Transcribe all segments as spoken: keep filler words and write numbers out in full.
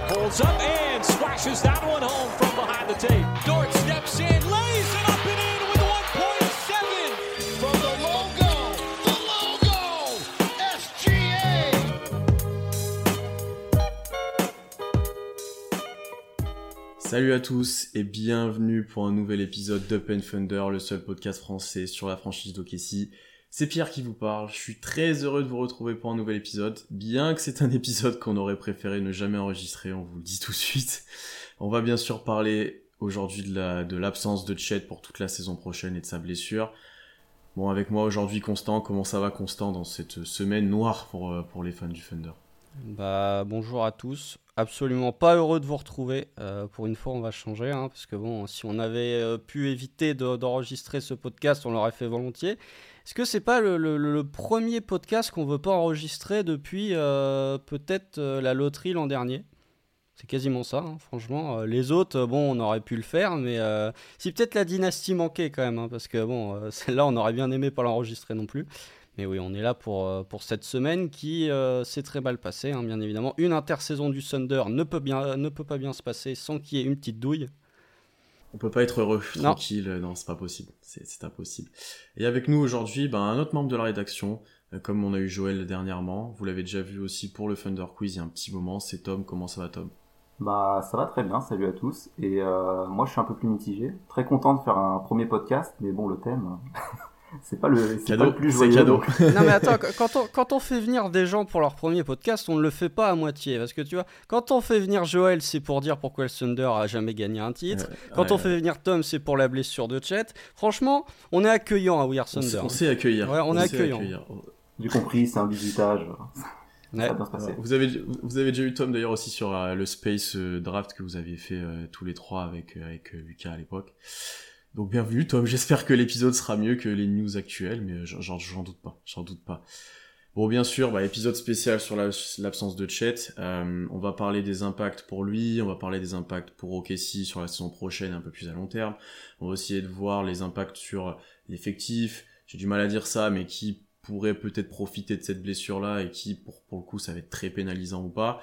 Pulls up and slashes that one home from behind the tape. Dort steps in, lays it up and in with one point seven from the logo. The logo, S G A. Salut à tous et bienvenue pour un nouvel épisode d'Up and Thunder, le seul podcast français sur la franchise d'O K C. C'est Pierre qui vous parle, je suis très heureux de vous retrouver pour un nouvel épisode, bien que c'est un épisode qu'on aurait préféré ne jamais enregistrer, on vous le dit tout de suite. On va bien sûr parler aujourd'hui de, la, de l'absence de Chet pour toute la saison prochaine et de sa blessure. Bon, avec moi aujourd'hui Constant, comment ça va Constant dans cette semaine noire pour, pour les fans du Thunder? Bah, bonjour à tous, absolument pas heureux de vous retrouver, euh, pour une fois on va changer, hein, parce que bon, si on avait euh, pu éviter de, d'enregistrer ce podcast, on l'aurait fait volontiers. Est-ce que c'est pas le, le, le premier podcast qu'on veut pas enregistrer depuis euh, peut-être euh, la loterie l'an dernier? C'est quasiment ça, hein, franchement. Euh, les autres, euh, bon, on aurait pu le faire, mais euh, si peut-être la dynastie manquait quand même, hein, parce que bon, euh, celle-là on aurait bien aimé pas l'enregistrer non plus. Mais oui, on est là pour, euh, pour cette semaine qui euh, s'est très mal passée, hein, bien évidemment. Une intersaison du Thunder ne peut, bien, ne peut pas bien se passer sans qu'il y ait une petite douille. On peut pas être heureux, Non. tranquille, non, c'est pas possible, c'est, c'est impossible. Et avec nous aujourd'hui, ben, un autre membre de la rédaction, euh, comme on a eu Joël dernièrement, vous l'avez déjà vu aussi pour le Thunder Quiz il y a un petit moment, c'est Tom. Comment ça va Tom? Bah ça va très bien, salut à tous. Et euh, moi je suis un peu plus mitigé, très content de faire un premier podcast, mais bon le thème, c'est pas le, c'est Cadeau, pas le plus c'est joyeux. cadeau. donc. Non mais attends, quand on, quand on fait venir des gens pour leur premier podcast, on ne le fait pas à moitié. Parce que tu vois, quand on fait venir Joël, c'est pour dire pourquoi le Thunder a jamais gagné un titre. Euh, quand ouais, on fait venir Tom, c'est pour la blessure de Chet. Franchement, on est accueillant à We Are on, sait, Thunder. on sait accueillir. Ouais, on est sait accueillant. accueillir. J'ai compris, c'est un bisutage, Ouais. ça va bien se passer. Vous avez, vous avez déjà eu Tom d'ailleurs aussi sur euh, le Space euh, Draft que vous aviez fait euh, tous les trois avec, euh, avec euh, Lucas à l'époque. Donc bienvenue Tom, j'espère que l'épisode sera mieux que les news actuelles, mais euh, j'en, j'en doute pas, j'en doute pas. Bon bien sûr, bah, épisode spécial sur la, l'absence de Chet, euh, on va parler des impacts pour lui, on va parler des impacts pour O K C sur la saison prochaine un peu plus à long terme, on va essayer de voir les impacts sur l'effectif, j'ai du mal à dire ça, mais qui pourrait peut-être profiter de cette blessure-là et qui, pour, pour le coup, ça va être très pénalisant ou pas.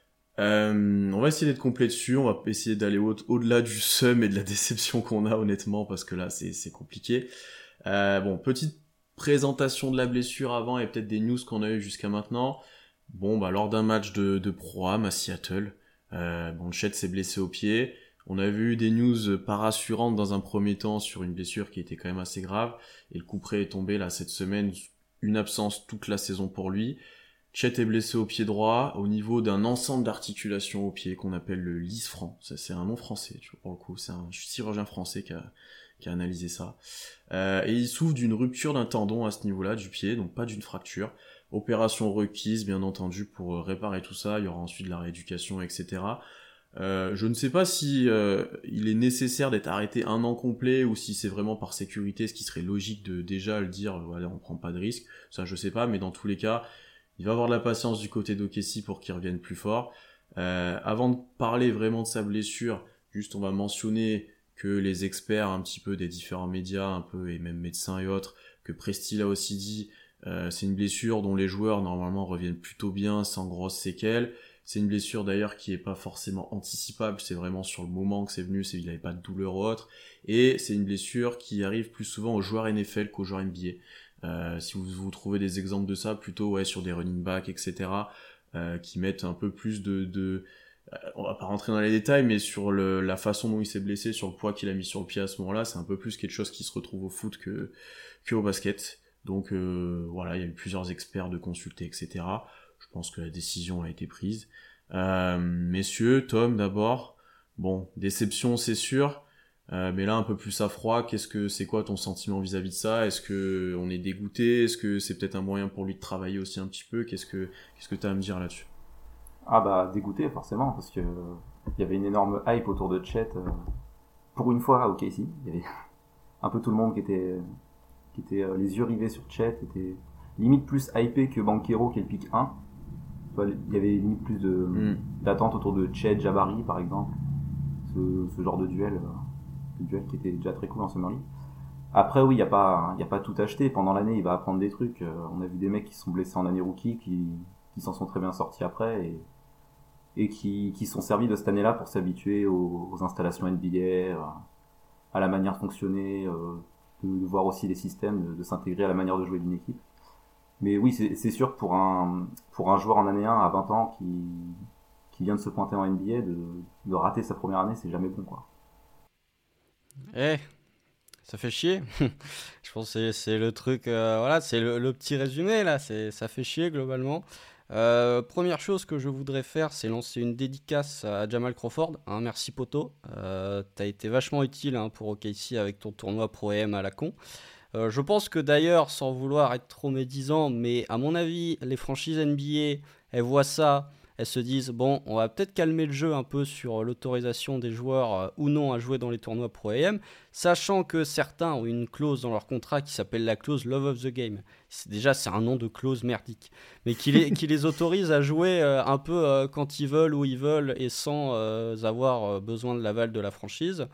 Euh, on va essayer d'être complet dessus, on va essayer d'aller au- au-delà du seum et de la déception qu'on a, honnêtement, parce que là, c'est, c'est compliqué. Euh, bon, petite présentation de la blessure avant et peut-être des news qu'on a eu jusqu'à maintenant. Bon, bah, lors d'un match de, de Pro-Am à Seattle, euh, bon, Chet s'est blessé au pied. On a vu des news pas rassurantes dans un premier temps sur une blessure qui était quand même assez grave, et le coup près est tombé là cette semaine, une absence toute la saison pour lui. Chet est blessé au pied droit, au niveau d'un ensemble d'articulations au pied qu'on appelle le lisfranc. Ça, c'est un nom français, tu vois, pour le coup, c'est un chirurgien français qui a, qui a analysé ça. Euh, et il souffre d'une rupture d'un tendon à ce niveau-là du pied, donc pas d'une fracture. Opération requise, bien entendu, pour réparer tout ça. Il y aura ensuite de la rééducation, et cetera. Euh, je ne sais pas si euh, il est nécessaire d'être arrêté un an complet ou si c'est vraiment par sécurité, ce qui serait logique de déjà le dire, voilà, on prend pas de risque, ça je sais pas, mais dans tous les cas, il va avoir de la patience du côté d'O K C pour qu'il revienne plus fort. Euh, avant de parler vraiment de sa blessure, juste on va mentionner que les experts un petit peu des différents médias, un peu, et même médecins et autres, que Presti l'a aussi dit, euh, c'est une blessure dont les joueurs normalement reviennent plutôt bien, sans grosses séquelles. C'est une blessure d'ailleurs qui est pas forcément anticipable, c'est vraiment sur le moment que c'est venu, c'est, il avait pas de douleur ou autre, et c'est une blessure qui arrive plus souvent aux joueurs N F L qu'aux joueurs N B A. Euh, si vous, vous trouvez des exemples de ça, plutôt ouais sur des running backs, et cetera, euh, qui mettent un peu plus de... de euh, on va pas rentrer dans les détails, mais sur le, la façon dont il s'est blessé, sur le poids qu'il a mis sur le pied à ce moment-là, c'est un peu plus quelque chose qui se retrouve au foot que, que au basket. Donc euh, voilà, il y a eu plusieurs experts de consulter, et cetera. Je pense que la décision a été prise. Euh, messieurs, Tom d'abord. Bon, déception c'est sûr, euh, mais là un peu plus à froid. Qu'est-ce que c'est quoi ton sentiment vis-à-vis de ça? Est-ce que on est dégoûté? Est-ce que c'est peut-être un moyen pour lui de travailler aussi un petit peu? Qu'est-ce que qu'est-ce que t'as à me dire là-dessus? Ah bah dégoûté forcément, parce que il y avait une énorme hype autour de Chet. Euh, pour une fois à O K C, il y avait un peu tout le monde qui était, qui était euh, les yeux rivés sur Chet, était limite plus hypé que Banchero qui est le pick un. Il y avait limite plus de, mm. d'attente autour de Chet, Jabari par exemple, ce, ce genre de duel, euh, de duel qui était déjà très cool en Summer League. Après oui, il n'y a pas, il y a pas tout acheté. Pendant l'année, il va apprendre des trucs. Euh, on a vu des mecs qui se sont blessés en année rookie, qui, qui s'en sont très bien sortis après. Et et qui, qui sont servis de cette année-là pour s'habituer aux, aux installations N B A, à la manière de fonctionner, euh, de, de voir aussi les systèmes, de, de s'intégrer à la manière de jouer d'une équipe. Mais oui, c'est, c'est sûr que pour un, pour un joueur en année un à vingt ans qui, qui vient de se pointer en N B A, de, de rater sa première année, c'est jamais bon, quoi. Eh, ça fait chier. Je pense que c'est, c'est le truc, euh, voilà, c'est le, le petit résumé là, c'est, ça fait chier globalement. Euh, première chose que je voudrais faire, c'est lancer une dédicace à Jamal Crawford. Hein, merci poto, euh, t'as été vachement utile hein, pour O K C avec ton tournoi Pro-A M à la con. Euh, je pense que d'ailleurs, sans vouloir être trop médisant, mais à mon avis, les franchises N B A, elles voient ça, elles se disent, bon, on va peut-être calmer le jeu un peu sur l'autorisation des joueurs euh, ou non à jouer dans les tournois Pro-A M, sachant que certains ont une clause dans leur contrat qui s'appelle la clause Love of the Game. C'est, déjà, c'est un nom de clause merdique, mais qui les, qui les autorise à jouer euh, un peu euh, quand ils veulent, où ils veulent, et sans euh, avoir euh, besoin de l'aval de la franchise.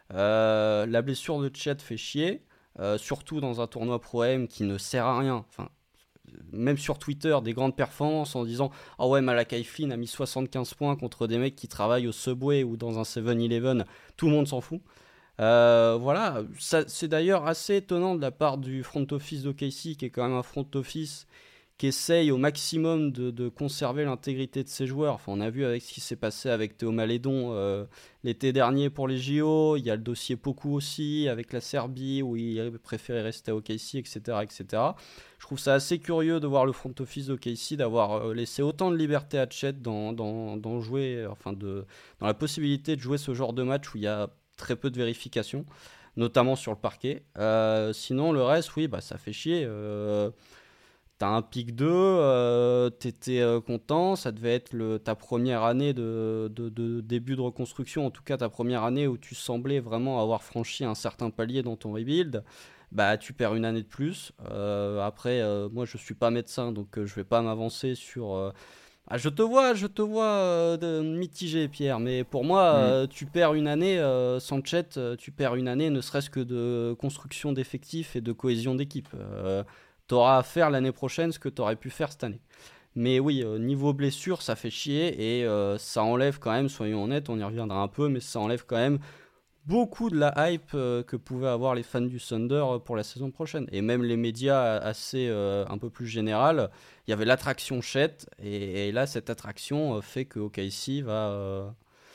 Euh, la blessure de Chet fait chier. Euh, surtout dans un tournoi Pro-A M qui ne sert à rien. Enfin, même sur Twitter, des grandes performances en disant « Ah ouais, Malachi Flynn a mis soixante-quinze points contre des mecs qui travaillent au Subway ou dans un seven eleven. » Tout le monde s'en fout. Euh, voilà, ça, c'est d'ailleurs assez étonnant de la part du front office d'O K C, qui est quand même un front office qui essaye au maximum de, de conserver l'intégrité de ses joueurs. Enfin, on a vu avec ce qui s'est passé avec Théo Malédon euh, l'été dernier pour les J O. Il y a le dossier Poku aussi avec la Serbie où il préférait rester à O K C, et cetera, et cetera. Je trouve ça assez curieux de voir le front office d'O K C d'avoir euh, laissé autant de liberté à Chet dans, dans, dans jouer, enfin de, dans la possibilité de jouer ce genre de match où il y a très peu de vérification, notamment sur le parquet. Euh, sinon, le reste, oui, bah, ça fait chier. Euh, T'as un pic deux, euh, t'étais euh, content, ça devait être le, ta première année de, de, de début de reconstruction, en tout cas ta première année où tu semblais vraiment avoir franchi un certain palier dans ton rebuild. Bah tu perds une année de plus. Euh, après, euh, moi je suis pas médecin, donc euh, je vais pas m'avancer sur... Euh... Ah, je te vois, je te vois euh, de, mitigé Pierre, mais pour moi, Mm. euh, tu perds une année euh, sans Chet, euh, tu perds une année ne serait-ce que de construction d'effectifs et de cohésion d'équipe. Euh, T'auras à faire l'année prochaine ce que t'aurais pu faire cette année. Mais oui, euh, niveau blessure, ça fait chier et euh, ça enlève quand même, soyons honnêtes, on y reviendra un peu, mais ça enlève quand même beaucoup de la hype euh, que pouvaient avoir les fans du Thunder euh, pour la saison prochaine. Et même les médias assez euh, un peu plus générales, il y avait l'attraction Chet et, et là, cette attraction euh, fait que O K C va, euh,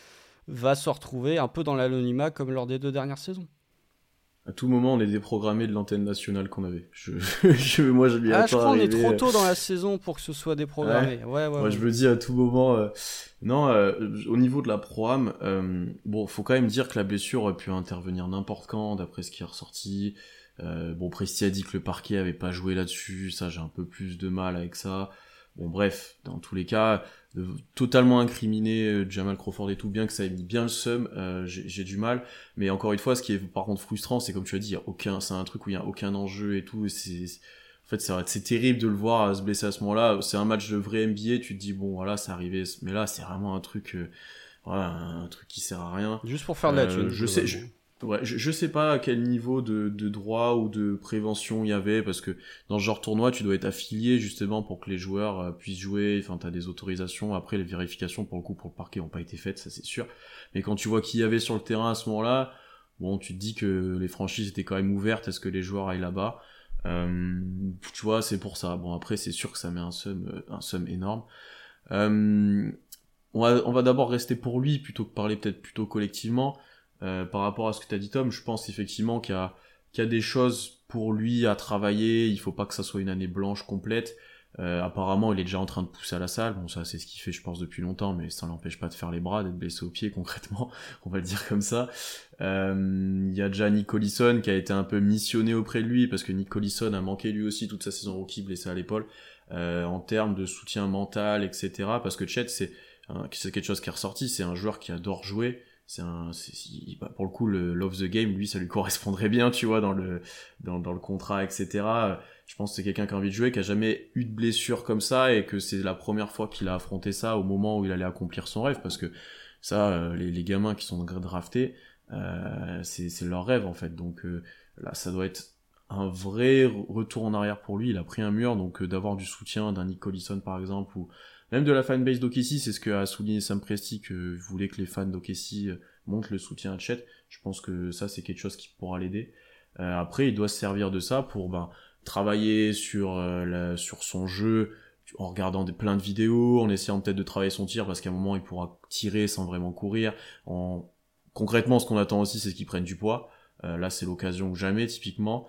va se retrouver un peu dans l'anonymat comme lors des deux dernières saisons. À tout moment, on est déprogrammé de l'antenne nationale qu'on avait. Je, je, moi, je m'y Ah, attends je crois qu'on est arriver. trop tôt dans la saison pour que ce soit déprogrammé. Ouais, ouais, ouais. Moi, je me dis à tout moment. Euh... Non, euh, au niveau de la pro-am, euh, bon, faut quand même dire que la blessure aurait pu intervenir n'importe quand, d'après ce qui est ressorti. Euh, bon, Presti a dit que le parquet avait pas joué là-dessus. Ça, j'ai un peu plus de mal avec ça. Bon, bref, dans tous les cas, de totalement incriminer euh, Jamal Crawford et tout, bien que ça ait mis bien le seum, euh, j'ai, j'ai du mal. Mais encore une fois, ce qui est par contre frustrant, c'est comme tu as dit, y a aucun, c'est un truc où il y a aucun enjeu et tout. Et c'est, c'est, en fait, c'est, c'est terrible de le voir se blesser à ce moment-là. C'est un match de vrai N B A, tu te dis bon, voilà, c'est arrivé. Mais là, c'est vraiment un truc, euh, voilà, un truc qui sert à rien. Juste pour faire de la thune. Euh, je sais. Je... Ouais, je, je sais pas à quel niveau de, de droit ou de prévention il y avait, parce que dans ce genre de tournoi, tu dois être affilié justement pour que les joueurs euh, puissent jouer, enfin t'as des autorisations, après les vérifications pour le coup pour le parquet n'ont pas été faites, ça c'est sûr, mais quand tu vois qui y avait sur le terrain à ce moment-là, bon tu te dis que les franchises étaient quand même ouvertes à ce que les joueurs aillent là-bas, euh, tu vois c'est pour ça, bon après c'est sûr que ça met un somme, un somme énorme. Euh, on va, on va d'abord rester pour lui plutôt que parler peut-être plutôt collectivement. Euh, par rapport à ce que tu as dit Tom, je pense effectivement qu'il y a, qu'il y a des choses pour lui à travailler, il faut pas que ça soit une année blanche complète. Euh, apparemment il est déjà en train de pousser à la salle, bon ça c'est ce qu'il fait je pense depuis longtemps, mais ça l'empêche pas de faire les bras, d'être blessé au pied concrètement, on va le dire comme ça. Euh, il y a déjà Nick Collison qui a été un peu missionné auprès de lui, parce que Nick Collison a manqué lui aussi toute sa saison rookie blessé à l'épaule, euh, en termes de soutien mental, et cetera. Parce que Chet c'est, hein, c'est quelque chose qui est ressorti, c'est un joueur qui adore jouer. C'est un, c'est, c'est, pour le coup, le Love the Game, lui, ça lui correspondrait bien, tu vois, dans le, dans, dans le contrat, et cetera. Je pense que c'est quelqu'un qui a envie de jouer, qui a jamais eu de blessure comme ça, et que c'est la première fois qu'il a affronté ça au moment où il allait accomplir son rêve, parce que ça, euh, les, les gamins qui sont draftés, euh, c'est, c'est leur rêve, en fait. Donc, euh, là, ça doit être un vrai retour en arrière pour lui. Il a pris un mur, donc, euh, d'avoir du soutien d'un Nick Collison, par exemple, ou, même de la fanbase d'O K C, c'est ce que a souligné Sam Presti, que voulait que les fans d'O K C montrent le soutien à Chet. Je pense que ça, c'est quelque chose qui pourra l'aider. Euh, après, il doit se servir de ça pour ben, travailler sur, euh, la, sur son jeu, en regardant des, plein de vidéos, en essayant peut-être de travailler son tir, parce qu'à un moment, il pourra tirer sans vraiment courir. En... Concrètement, ce qu'on attend aussi, c'est qu'il prenne du poids. Euh, là, c'est l'occasion ou jamais, typiquement.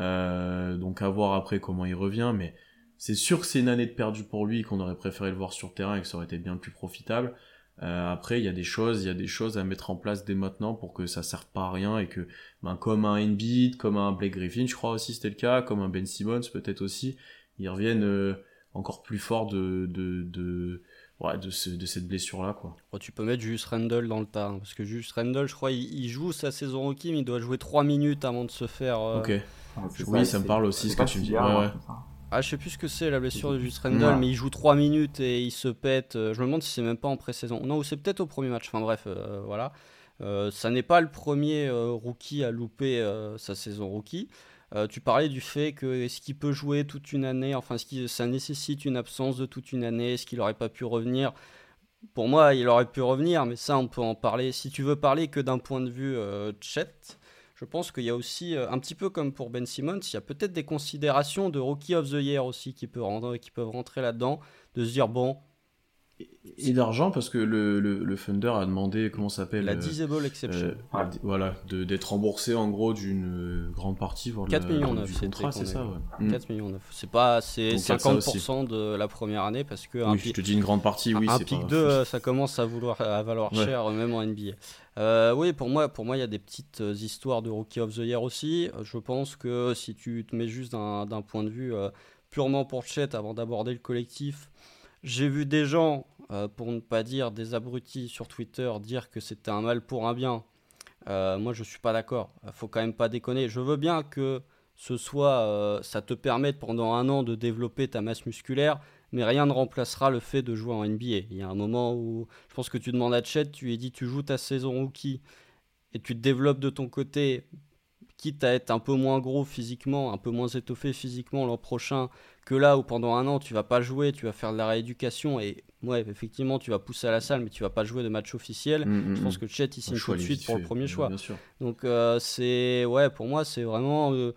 Euh, donc, à voir après comment il revient, mais c'est sûr que c'est une année de perdu pour lui, qu'on aurait préféré le voir sur le terrain et que ça aurait été bien plus profitable. Euh, après, il y a des choses, il y a des choses à mettre en place dès maintenant pour que ça serve pas à rien et que, ben, comme un Embiid, comme un Blake Griffin, je crois aussi c'était le cas, comme un Ben Simmons peut-être aussi, ils reviennent euh, encore plus fort de de de ouais, de, ce, de cette blessure là quoi. Oh, tu peux mettre Julius Randle dans le tas, hein, parce que Julius Randle, je crois, il, il joue sa saison rookie, mais il doit jouer trois minutes avant de se faire. Euh... Ok. Ouais, oui, ça, ça me parle aussi ce que tu me dis. Ouais, ouais. Ah, je sais plus ce que c'est la blessure de Julius Randle, ouais. mais il joue trois minutes et il se pète. Je me demande si c'est même pas en pré-saison. Non, ou c'est peut-être au premier match. Enfin bref, euh, voilà. Euh, ça n'est pas le premier euh, rookie à louper euh, sa saison rookie. Euh, tu parlais du fait que est-ce qu'il peut jouer toute une année, enfin est-ce que ça nécessite une absence de toute une année, est-ce qu'il aurait pas pu revenir? Pour moi, il aurait pu revenir, mais ça on peut en parler. Si tu veux parler que d'un point de vue euh, Chet, je pense qu'il y a aussi, un petit peu comme pour Ben Simmons, il y a peut-être des considérations de Rookie of the Year aussi qui peuvent, rendre, qui peuvent rentrer là-dedans, de se dire bon... Et, et d'argent, parce que le, le, le Thunder a demandé, comment ça s'appelle La Disable Exception. Euh, ouais. Voilà, de, d'être remboursé en gros d'une grande partie. Voire quatre millions neuf, du c'est contrat, c'est ça, ouais. quatre millions neuf. C'est pas, c'est donc cinquante pour cent de la première année, parce que... Oui, un je te dis une grande partie, oui, un c'est pick pas... deux, ça commence à, vouloir, à valoir ouais. cher, même en N B A. Euh, oui, pour moi, pour moi, il y a des petites histoires de Rookie of the Year aussi. Je pense que si tu te mets juste d'un, d'un point de vue euh, purement pour Chet, avant d'aborder le collectif, j'ai vu des gens, euh, pour ne pas dire des abrutis sur Twitter, dire que c'était un mal pour un bien. Euh, moi, je suis pas d'accord. Faut quand même pas déconner. Je veux bien que ce soit, euh, ça te permette pendant un an de développer ta masse musculaire, mais rien ne remplacera le fait de jouer en N B A. Il y a un moment où, je pense que tu demandes à Chet, tu lui dis tu joues ta saison rookie et tu te développes de ton côté, quitte à être un peu moins gros physiquement, un peu moins étoffé physiquement l'an prochain, que là où pendant un an tu vas pas jouer, tu vas faire de la rééducation et ouais, effectivement tu vas pousser à la salle, mais tu vas pas jouer de match officiel. Mmh, je pense que Chet il signe tout de suite pour le premier choix. Bien sûr. Donc euh, c'est, ouais, pour moi c'est vraiment... Euh,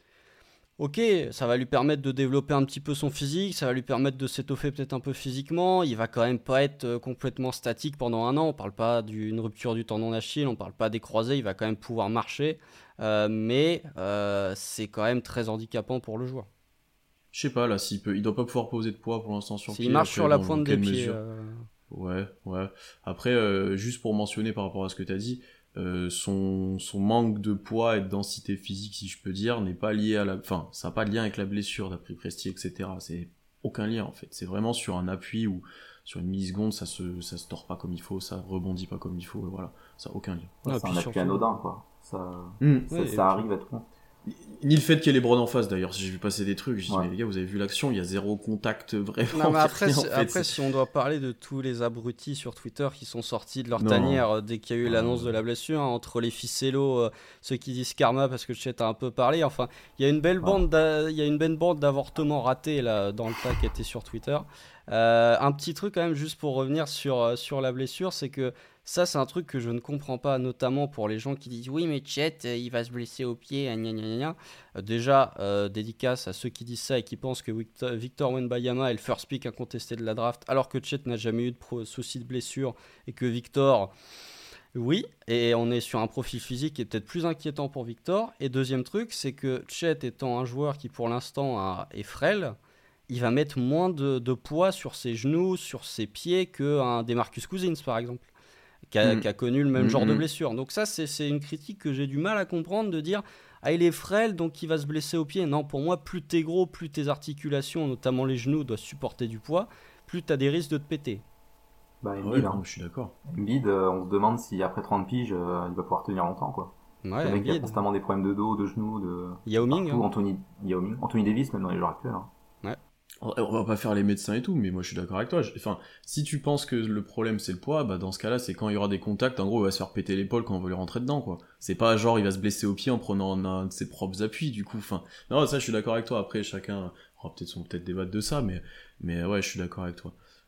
Ok, ça va lui permettre de développer un petit peu son physique, ça va lui permettre de s'étoffer peut-être un peu physiquement, il va quand même pas être complètement statique pendant un an, on parle pas d'une rupture du tendon d'Achille, on parle pas des croisés, il va quand même pouvoir marcher, euh, mais euh, c'est quand même très handicapant pour le joueur. Je sais pas, là, s'il peut, il doit pas pouvoir poser de poids pour l'instant sur S'il pied. Il marche après, sur la dans, pointe dans des pieds. Euh... Ouais, ouais. Après, euh, juste pour mentionner par rapport à ce que tu as dit, Euh, son, son manque de poids et de densité physique, si je peux dire, n'est pas lié à la... Enfin, ça n'a pas de lien avec la blessure, d'après Presti, et cetera. C'est aucun lien, en fait. C'est vraiment sur un appui ou sur une milliseconde, ça se, ça se tord pas comme il faut, ça rebondit pas comme il faut, et voilà. Ça n'a aucun lien. Ouais, c'est un appui anodin, quoi. Ça, mmh. ça, ouais, ça arrive à tout le monde. Ni le fait qu'il y ait les Lebron en face d'ailleurs, si j'ai vu passer des trucs, je dis ouais. mais les gars vous avez vu l'action, il y a zéro contact vraiment. Non, mais après, rien, en fait. après si on doit parler de tous les abrutis sur Twitter qui sont sortis de leur non. tanière euh, dès qu'il y a eu euh... l'annonce de la blessure, hein, entre les ficellos, euh, ceux qui disent karma parce que Chet a un peu parlé, enfin il y a une belle ouais. bande, il y a une belle bande d'avortements ratés là dans le tas qui était sur Twitter. Euh, un petit truc quand même juste pour revenir sur sur la blessure, c'est que ça, c'est un truc que je ne comprends pas, notamment pour les gens qui disent « Oui, mais Chet, il va se blesser au pied, gna gna gna. » euh, Déjà, euh, dédicace à ceux qui disent ça et qui pensent que Victor, Victor Wembanyama est le first pick incontesté de la draft, alors que Chet n'a jamais eu de pro- souci de blessure et que Victor... Oui, et on est sur un profil physique qui est peut-être plus inquiétant pour Victor. Et deuxième truc, c'est que Chet étant un joueur qui, pour l'instant, a, est frêle, il va mettre moins de, de poids sur ses genoux, sur ses pieds qu'un DeMarcus Cousins, par exemple. Qui a, mmh. qui a connu le même mmh. genre de blessure. Donc ça, c'est, c'est une critique que j'ai du mal à comprendre, de dire « Ah, il est frêle, donc il va se blesser au pied. » Non, pour moi, plus t'es gros, plus tes articulations, notamment les genoux, doivent supporter du poids, plus t'as des risques de te péter. Bah, Embiid, ouais, hein. je suis d'accord. Embiid, euh, on se demande si après trente piges, euh, il va pouvoir tenir longtemps, quoi. Ouais, le mec Embiid. a constamment des problèmes de dos, de genoux, de... Yao Ming. Hein. Anthony... Yao Ming. Anthony Davis, même dans les joueurs actuels. Hein. Ouais. On va pas faire les médecins et tout, mais moi je suis d'accord avec toi. Enfin, si tu penses que le problème c'est le poids, bah dans ce cas-là, c'est quand il y aura des contacts, en gros, il va se faire péter l'épaule quand on va lui rentrer dedans, quoi. C'est pas genre il va se blesser au pied en prenant un de ses propres appuis, du coup. Enfin, non, ça je suis d'accord avec toi. Après, chacun aura peut-être son peut-être débattre de ça, mais mais ouais, je suis d'accord avec toi.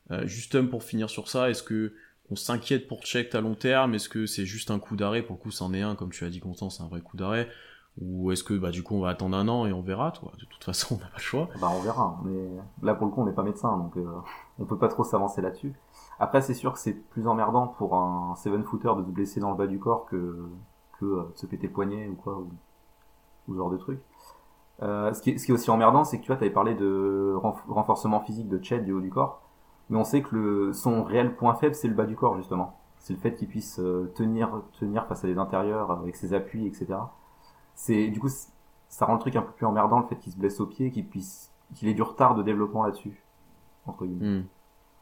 Euh, juste pour finir sur ça, est-ce que on s'inquiète pour Chet à long terme? Est-ce que c'est juste un coup d'arrêt? Pour le coup, c'en est un, comme tu as dit, Constant, c'est un vrai coup d'arrêt. Ou est-ce que bah du coup on va attendre un an et on verra, toi. De toute façon, on n'a pas le choix. Bah on verra. Mais là pour le coup, on n'est pas médecin, donc euh, on peut pas trop s'avancer là-dessus. Après, c'est sûr que c'est plus emmerdant pour un seven footer de se blesser dans le bas du corps que que euh, de se péter le poignet ou quoi, ou, ou ce genre de truc. Euh, ce qui est, ce qui est aussi emmerdant, c'est que tu vois, t'avais parlé de renf- renforcement physique de Chet du haut du corps. Mais on sait que le, son réel point faible, c'est le bas du corps, justement. C'est le fait qu'il puisse euh, tenir, tenir face à des intérieurs avec ses appuis, et cetera. C'est, du coup, ça rend le truc un peu plus emmerdant, le fait qu'il se blesse au pied, qu'il puisse, qu'il ait du retard de développement là-dessus. Entre guillemets. Mm.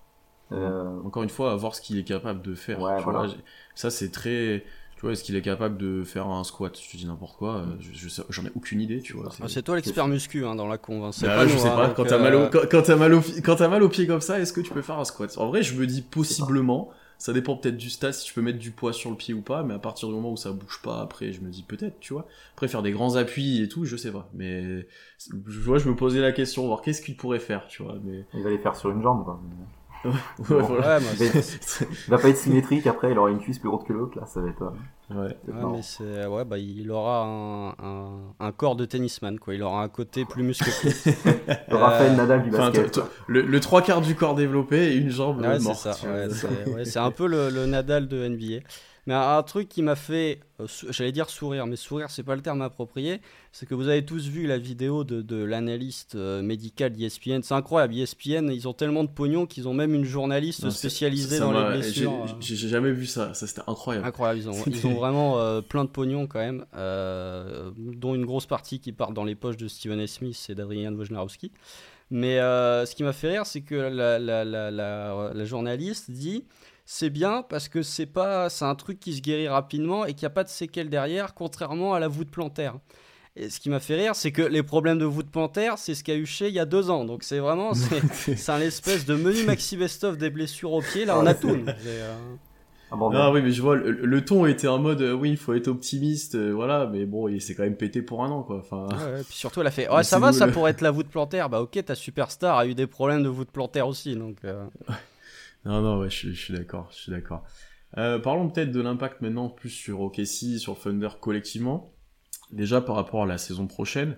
Euh, Encore une fois, à voir ce qu'il est capable de faire. Ouais, tu voilà. vois, j'ai- ça, c'est très... Tu vois, est-ce qu'il est capable de faire un squat? Je te dis n'importe quoi, euh, je, je sais- j'en ai aucune idée, tu vois. Ah, c'est toi l'expert muscu hein, dans la con. Hein. C'est Bah, pas je nous, sais hein, pas, donc, quand t'as euh, mal au, quand, quand t'as mal au, pi- quand t'as mal au pied comme ça, est-ce que tu peux faire un squat? En vrai, je me dis possiblement, ça dépend peut-être du stade, si tu peux mettre du poids sur le pied ou pas, mais à partir du moment où ça bouge pas, après, je me dis peut-être, tu vois. Après, faire des grands appuis et tout, je sais pas. Mais, je vois, je me posais la question, voir qu'est-ce qu'il pourrait faire, tu vois. Mais, il va les faire sur une jambe, quoi. ouais, Bon. voilà. Ouais, moi, Mais c'est- il va pas être symétrique, après, il aura une cuisse plus haute que l'autre, là, ça va être, euh, Ouais. ça va être Ouais, marrant. mais c'est ouais bah il aura un, un, un corps de tennisman quoi, il aura un côté plus musclé. Le Raphaël Euh, Nadal du Enfin, basket. toi- toi- le, le trois quarts du corps développé et une jambe Ouais, c'est morte. ça. tu Ouais, vois. c'est ouais, c'est un peu le, le Nadal de N B A. Mais un, un truc qui m'a fait, euh, sou- j'allais dire sourire, mais sourire, c'est pas le terme approprié. C'est que vous avez tous vu la vidéo de, de l'analyste euh, médical d'E S P N. C'est incroyable. E S P N, ils ont tellement de pognon qu'ils ont même une journaliste Non, c'est- spécialisée ça dans les m'a- blessures. j'ai- euh. J'ai j'ai jamais vu ça, ça c'était incroyable. Incroyable, ils ont, ils C'était- ont vraiment euh, plein de pognon quand même, euh, dont une grosse partie qui part dans les poches de Stephen A. Smith et d'Adrian Wojnarowski. Mais euh, ce qui m'a fait rire, c'est que la, la, la, la, la journaliste dit c'est bien parce que c'est pas, c'est un truc qui se guérit rapidement et qu'il n'y a pas de séquelles derrière, contrairement à la voûte plantaire. Et ce qui m'a fait rire, c'est que les problèmes de voûte plantaire, c'est ce qu'a eu chez il y a deux ans. Donc c'est vraiment, c'est, c'est un espèce de menu maxi best-of des blessures au pied. Là, on a tout. nous. C'est, euh, Ah, bon, Ah oui, mais je vois, le, le ton était en mode, euh, oui, il faut être optimiste, euh, voilà, mais bon, il s'est quand même pété pour un an, quoi. Enfin, Ouais, ouais, puis surtout, elle a fait Mais ouais, ça c'est va, nous, ça le- pourrait être la voûte plantaire. Bah, ok, ta superstar a eu des problèmes de voûte plantaire aussi. Donc, euh, non, non, ouais, je, suis- je suis d'accord, je suis d'accord. Euh, parlons peut-être de l'impact maintenant plus sur O K C, sur Thunder collectivement. Déjà par rapport à la saison prochaine,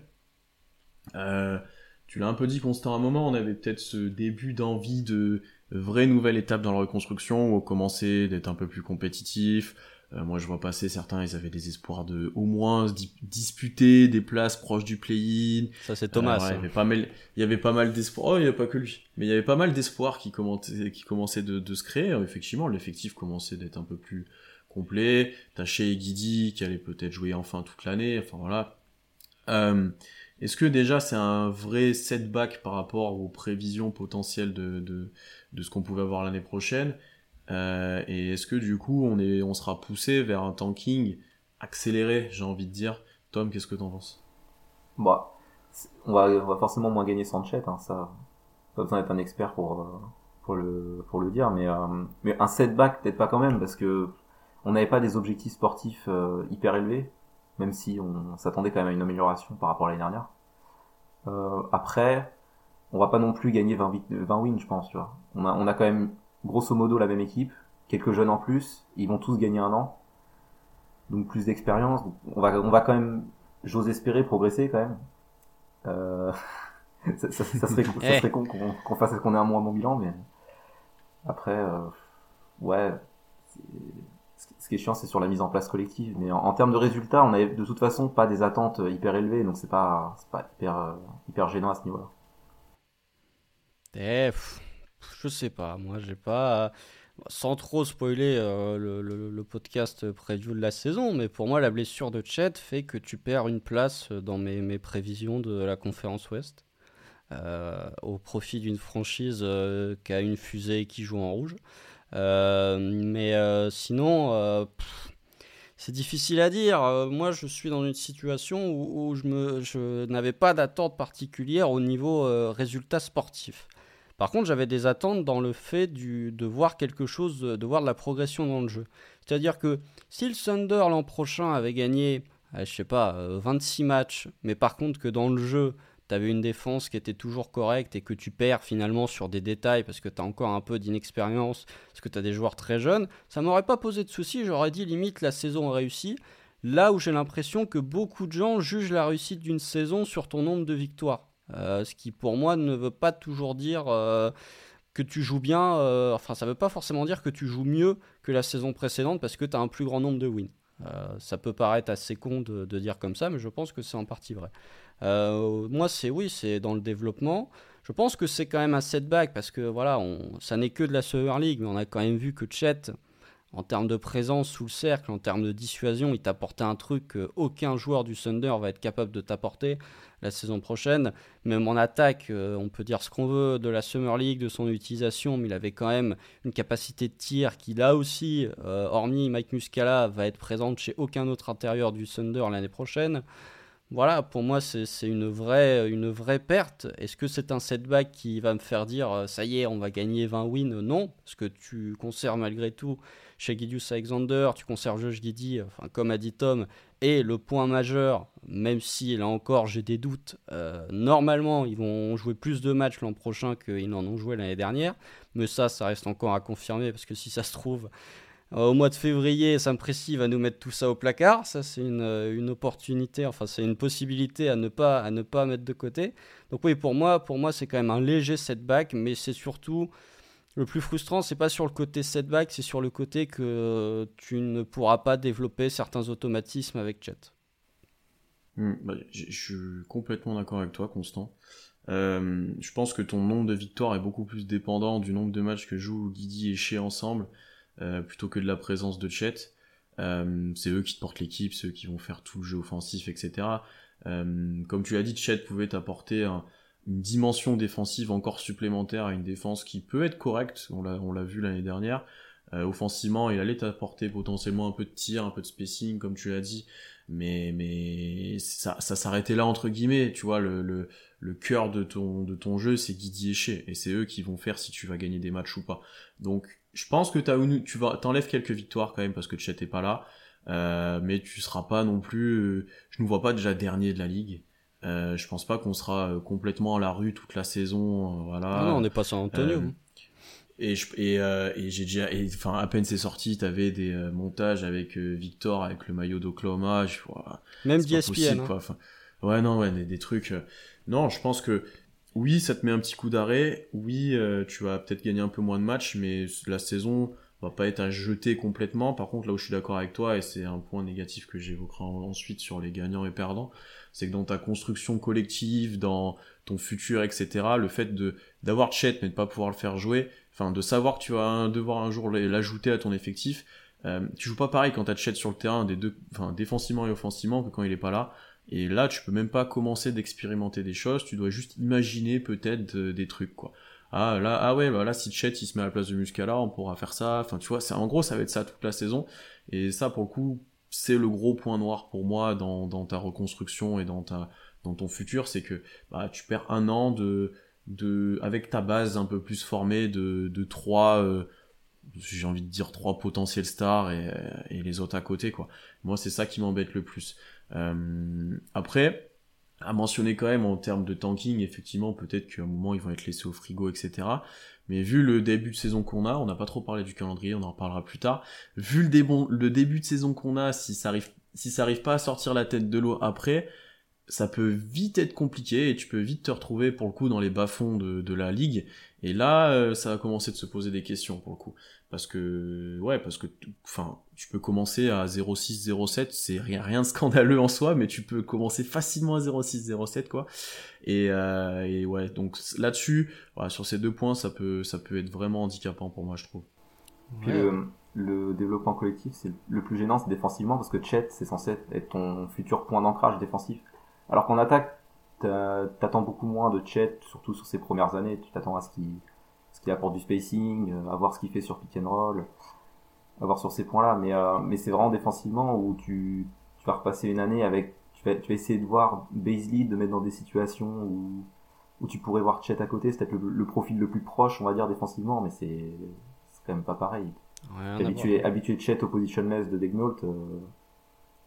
euh, tu l'as un peu dit Constant à un moment, on avait peut-être ce début d'envie de vraie nouvelle étape dans la reconstruction où on commençait d'être un peu plus compétitif. Euh, moi je vois passer certains, ils avaient des espoirs de au moins se di- disputer des places proches du play-in. ça, c'est Thomas. Euh, ouais, ça. il y avait pas mal, il y avait pas mal d'espoir. Oh, il y a pas que lui. Mais il y avait pas mal d'espoir qui commençait, qui commençait de, de se créer. Effectivement, l'effectif commençait d'être un peu plus complet. T'as Shea Giddey qui allait peut-être jouer enfin toute l'année. Enfin voilà. Euh, est-ce que déjà c'est un vrai setback par rapport aux prévisions potentielles de, de, de ce qu'on pouvait avoir l'année prochaine? Euh, et est-ce que du coup on est, on sera poussé vers un tanking accéléré, j'ai envie de dire. Tom, qu'est-ce que t'en penses? Bah, c'est- on va, on va forcément moins gagner sans Chet, hein, ça. Pas besoin d'être un expert pour, euh, pour le, pour le dire, mais, euh, mais un setback, peut-être pas quand même, parce que on n'avait pas des objectifs sportifs euh, hyper élevés, même si on s'attendait quand même à une amélioration par rapport à l'année dernière. Euh, après, on va pas non plus gagner vingt, vi- vingt wins, je pense, tu vois. On a, on a quand même, grosso modo, la même équipe, quelques jeunes en plus, ils vont tous gagner un an, donc plus d'expérience, donc on va, on va quand même, j'ose espérer, progresser quand même. Euh, ça, ça, ça serait, ça Eh. serait con qu'on, qu'on fasse qu'on ait un moins bon bilan, mais après, euh, ouais, c'est- ce qui- ce qui est chiant, c'est sur la mise en place collective. Mais en, en termes de résultats, on avait de toute façon pas des attentes hyper élevées, donc c'est pas, c'est pas hyper, euh, hyper gênant à ce niveau-là. Eh, pff, je sais pas, moi j'ai pas. Sans trop spoiler euh, le, le- le podcast preview de la saison, mais pour moi la blessure de Chet fait que tu perds une place dans mes, mes prévisions de la conférence Ouest euh, au profit d'une franchise euh, qui a une fusée et qui joue en rouge. Euh, mais euh, sinon, euh, pff, c'est difficile à dire. Euh, moi je suis dans une situation où, où je, me, je n'avais pas d'attente particulière au niveau euh, résultat sportif. Par contre, j'avais des attentes dans le fait du, de voir quelque chose, de voir de la progression dans le jeu. C'est-à-dire que si le Thunder l'an prochain avait gagné, euh, je sais pas, euh, vingt-six matchs, mais par contre que dans le jeu, tu tu avais une défense qui était toujours correcte et que tu perds finalement sur des détails parce que tu as encore un peu d'inexpérience, parce que tu as des joueurs très jeunes, ça m'aurait pas posé de soucis, j'aurais dit limite la saison réussie. Là où j'ai l'impression que beaucoup de gens jugent la réussite d'une saison sur ton nombre de victoires. Euh, ce qui pour moi ne veut pas toujours dire euh, que tu joues bien, euh, enfin ça veut pas forcément dire que tu joues mieux que la saison précédente parce que tu as un plus grand nombre de wins. Euh, ça peut paraître assez con de, de dire comme ça, mais je pense que c'est en partie vrai. Euh, moi c'est oui, c'est dans le développement. Je pense que c'est quand même un setback parce que voilà, on, ça n'est que de la Summer League, mais on a quand même vu que Chet, en termes de présence sous le cercle, en termes de dissuasion, il t'apportait un truc qu'aucun joueur du Thunder va être capable de t'apporter la saison prochaine. Même en attaque, euh, on peut dire ce qu'on veut de la Summer League, de son utilisation, mais il avait quand même une capacité de tir qui, là aussi, euh, hormis Mike Muscala, va être présente chez aucun autre intérieur du Thunder l'année prochaine. Voilà, pour moi, c'est, c'est une, vraie, une vraie perte. Est-ce que c'est un setback qui va me faire dire ça y est, on va gagner vingt wins? Non, parce que tu conserves malgré tout chez Gilgeous-Alexander, tu conserves Josh Giddey, enfin, comme a dit Tom, et le point majeur, même si là encore j'ai des doutes, euh, normalement ils vont jouer plus de matchs l'an prochain qu'ils n'en ont joué l'année dernière, mais ça, ça reste encore à confirmer, parce que si ça se trouve, Euh, au mois de février, Sam Presti va nous mettre tout ça au placard. Ça, c'est une, une opportunité, enfin, c'est une possibilité à ne pas, à ne pas mettre de côté. Donc oui, pour moi, pour moi, c'est quand même un léger setback, mais c'est surtout le plus frustrant, c'est pas sur le côté setback, c'est sur le côté que tu ne pourras pas développer certains automatismes avec Chet. Mmh, bah, je suis complètement d'accord avec toi, Constant. Euh, je pense que ton nombre de victoires est beaucoup plus dépendant du nombre de matchs que jouent Giddey et Shea ensemble. Euh, plutôt que de la présence de Chet. Euh, c'est eux qui te portent l'équipe, c'est eux qui vont faire tout le jeu offensif, et cetera. Euh, comme tu l'as dit, Chet pouvait t'apporter un, une dimension défensive encore supplémentaire à une défense qui peut être correcte, on l'a, on l'a vu l'année dernière. Euh, offensivement, il allait t'apporter potentiellement un peu de tir, un peu de spacing, comme tu l'as dit, mais, mais ça, ça s'arrêtait là entre guillemets, tu vois, le, le, le cœur de ton, de ton jeu, c'est Giddey et Shea, et c'est eux qui vont faire si tu vas gagner des matchs ou pas. Donc, je pense que t'as, tu vas, t'enlèves quelques victoires quand même parce que Chet est pas là, euh, mais tu seras pas non plus, euh, je nous vois pas déjà dernier de la ligue. Euh, je pense pas qu'on sera euh, complètement à la rue toute la saison, euh, voilà. Non, non, on n'est pas San Antonio. Euh, et je, et, euh, et j'ai déjà, enfin à peine c'est sorti, t'avais des euh, montages avec euh, Victor avec le maillot d'Oklahoma, je vois. Même d'E S P N. Hein. Enfin, ouais non ouais des, des trucs. Euh, non, je pense que oui, ça te met un petit coup d'arrêt. Oui, euh, tu vas peut-être gagner un peu moins de matchs, mais la saison va pas être à jeter complètement. Par contre, là où je suis d'accord avec toi, et c'est un point négatif que j'évoquerai ensuite sur les gagnants et perdants, c'est que dans ta construction collective, dans ton futur, et cetera, le fait de d'avoir Chet mais de pas pouvoir le faire jouer, enfin de savoir que tu vas un, devoir un jour l'ajouter à ton effectif, euh, tu joues pas pareil quand t'as Chet sur le terrain, des deux, enfin défensivement et offensivement, que quand il est pas là. Et là, tu peux même pas commencer d'expérimenter des choses, tu dois juste imaginer peut-être euh, des trucs, quoi. Ah, là, ah ouais, bah là, si Chet, il se met à la place de Muscala, on pourra faire ça. Enfin, tu vois, c'est, en gros, ça va être ça toute la saison. Et ça, pour le coup, c'est le gros point noir pour moi dans, dans ta reconstruction et dans ta, dans ton futur, c'est que, bah, tu perds un an de, de, avec ta base un peu plus formée de, de trois, euh, j'ai envie de dire trois potentiels stars et, et les autres à côté, quoi. Moi, c'est ça qui m'embête le plus. Euh, après, à mentionner quand même en termes de tanking, effectivement, peut-être qu'à un moment ils vont être laissés au frigo, et cetera. Mais vu le début de saison qu'on a, on n'a pas trop parlé du calendrier, on en reparlera plus tard. Vu le, débon, le début de saison qu'on a, si ça arrive, si ça arrive pas à sortir la tête de l'eau après, ça peut vite être compliqué et tu peux vite te retrouver pour le coup dans les bas-fonds de, de la ligue. Et là, euh, ça va commencer de se poser des questions pour le coup. Parce que, ouais, parce que, enfin, tu peux commencer à zéro six zéro sept, c'est rien, rien de scandaleux en soi, mais tu peux commencer facilement à zéro six zéro sept, quoi. Et, euh, et ouais, donc là-dessus, voilà, sur ces deux points, ça peut, ça peut être vraiment handicapant pour moi, je trouve. Puis Ouais. le, le développement collectif, c'est le plus gênant, c'est défensivement, parce que Chet, c'est censé être ton futur point d'ancrage défensif. Alors qu'en attaque, t'attends beaucoup moins de Chet, surtout sur ses premières années. Tu t'attends à ce qu'il, ce qu'il apporte du spacing, à voir ce qu'il fait sur pick and roll, à voir sur ces points-là. Mais, euh, mais c'est vraiment défensivement où tu, tu vas repasser une année avec, tu vas, tu vas essayer de voir Bazley, de mettre dans des situations où, où tu pourrais voir Chet à côté. C'est peut-être le, le profil le plus proche, on va dire, défensivement, mais c'est, c'est quand même pas pareil. Rien à Habitué, voir. habitué Chet au positionless de Degnault, euh,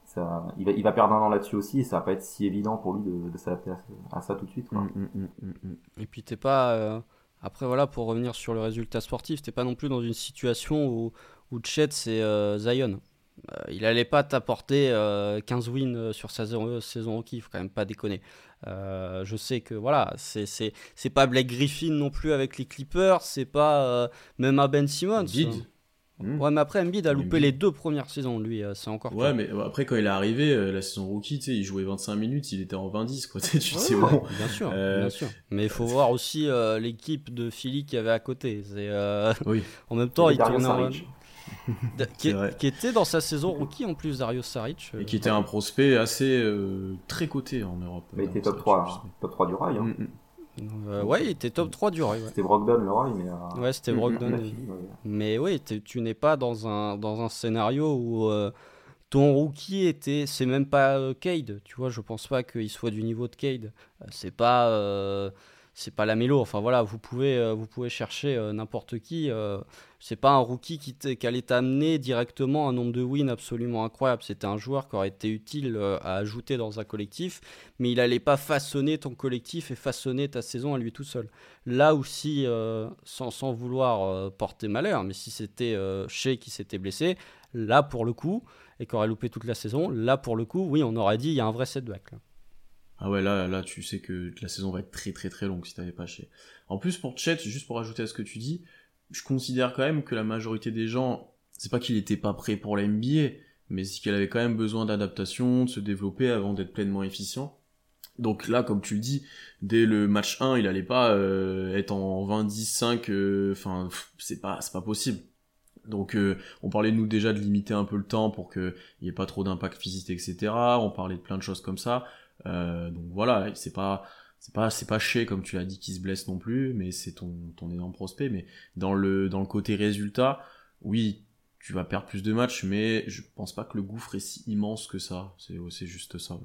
ça, il va, il va perdre un an là-dessus aussi, et ça va pas être si évident pour lui de, de s'adapter à, à ça tout de suite, quoi. Mm, mm, mm, mm. Et puis t'es pas... euh, Après voilà, pour revenir sur le résultat sportif, t'es pas non plus dans une situation où, où Chet c'est euh, Zion. Euh, il allait pas t'apporter euh, quinze wins euh, sur sa saison, saison rookie, faut quand même pas déconner. Euh, je sais que voilà, c'est, c'est, c'est pas Blake Griffin non plus avec les Clippers, c'est pas euh, même à Ben Simmons. Embiid. Mm. Ouais, mais après Embiid a loupé Embiid. les deux premières saisons, lui, euh, c'est encore Ouais, pire. mais après, quand il est arrivé, euh, la saison rookie, tu sais, il jouait vingt-cinq minutes, il était en vingt dix, quoi. Tu sais, Ouais, bon. bien sûr, Euh, bien sûr. Mais il faut voir aussi euh, l'équipe de Philly qu'il y avait à côté. C'est, euh, Oui. en même temps, il Dario tournait en... Saric. Da- qui, C'est vrai. qui était dans sa saison rookie en plus, Dario Saric. euh, Et qui était un prospect assez euh, très coté en Europe. Mais il euh, était ça, top je trois, sais. top trois du rail, hein. Mm, mm. euh, ouais, il était top trois du rail. Ouais, C'était Brogdon le rail, mais euh, ouais c'était Mm, Brogdon. la oui. fille, ouais. Mais oui, t'es- tu n'es pas dans un, dans un scénario où euh, ton rookie était. C'est même pas euh, Cade. Tu vois, je pense pas qu'il soit du niveau de Cade. Euh, C'est pas. euh, c'est pas la mélo. Enfin voilà, vous pouvez, euh, vous pouvez chercher euh, n'importe qui. euh, c'est pas un rookie qui, t- qui allait t'amener directement un nombre de wins absolument incroyable. C'était un joueur qui aurait été utile euh, à ajouter dans un collectif, mais il allait pas façonner ton collectif et façonner ta saison à lui tout seul. Là aussi, euh, sans, sans vouloir euh, porter malheur, mais si c'était euh, Shea qui s'était blessé, là pour le coup, et qui aurait loupé toute la saison, là pour le coup, oui, on aurait dit il y a un vrai setback. Là. Ah ouais, là, là, tu sais que la saison va être très très très longue si t'avais pas Shea. En plus, pour Chet, juste pour ajouter à ce que tu dis, je considère quand même que la majorité des gens, c'est pas qu'il était pas prêt pour la N B A, mais c'est qu'il avait quand même besoin d'adaptation, de se développer avant d'être pleinement efficient. Donc là, comme tu le dis, dès le match un, il allait pas euh, être en vingt dix cinq, enfin, euh, c'est pas, c'est pas possible. Donc euh, on parlait nous déjà de limiter un peu le temps pour qu'il n'y ait pas trop d'impact physique, et cetera. On parlait de plein de choses comme ça. Euh, donc voilà, c'est pas c'est pas c'est pas Shea comme tu l'as dit qui se blesse non plus, mais c'est ton ton énorme prospect. Mais dans le dans le côté résultat, oui, tu vas perdre plus de matchs, mais je pense pas que le gouffre est si immense que ça. C'est c'est juste ça. Ouais.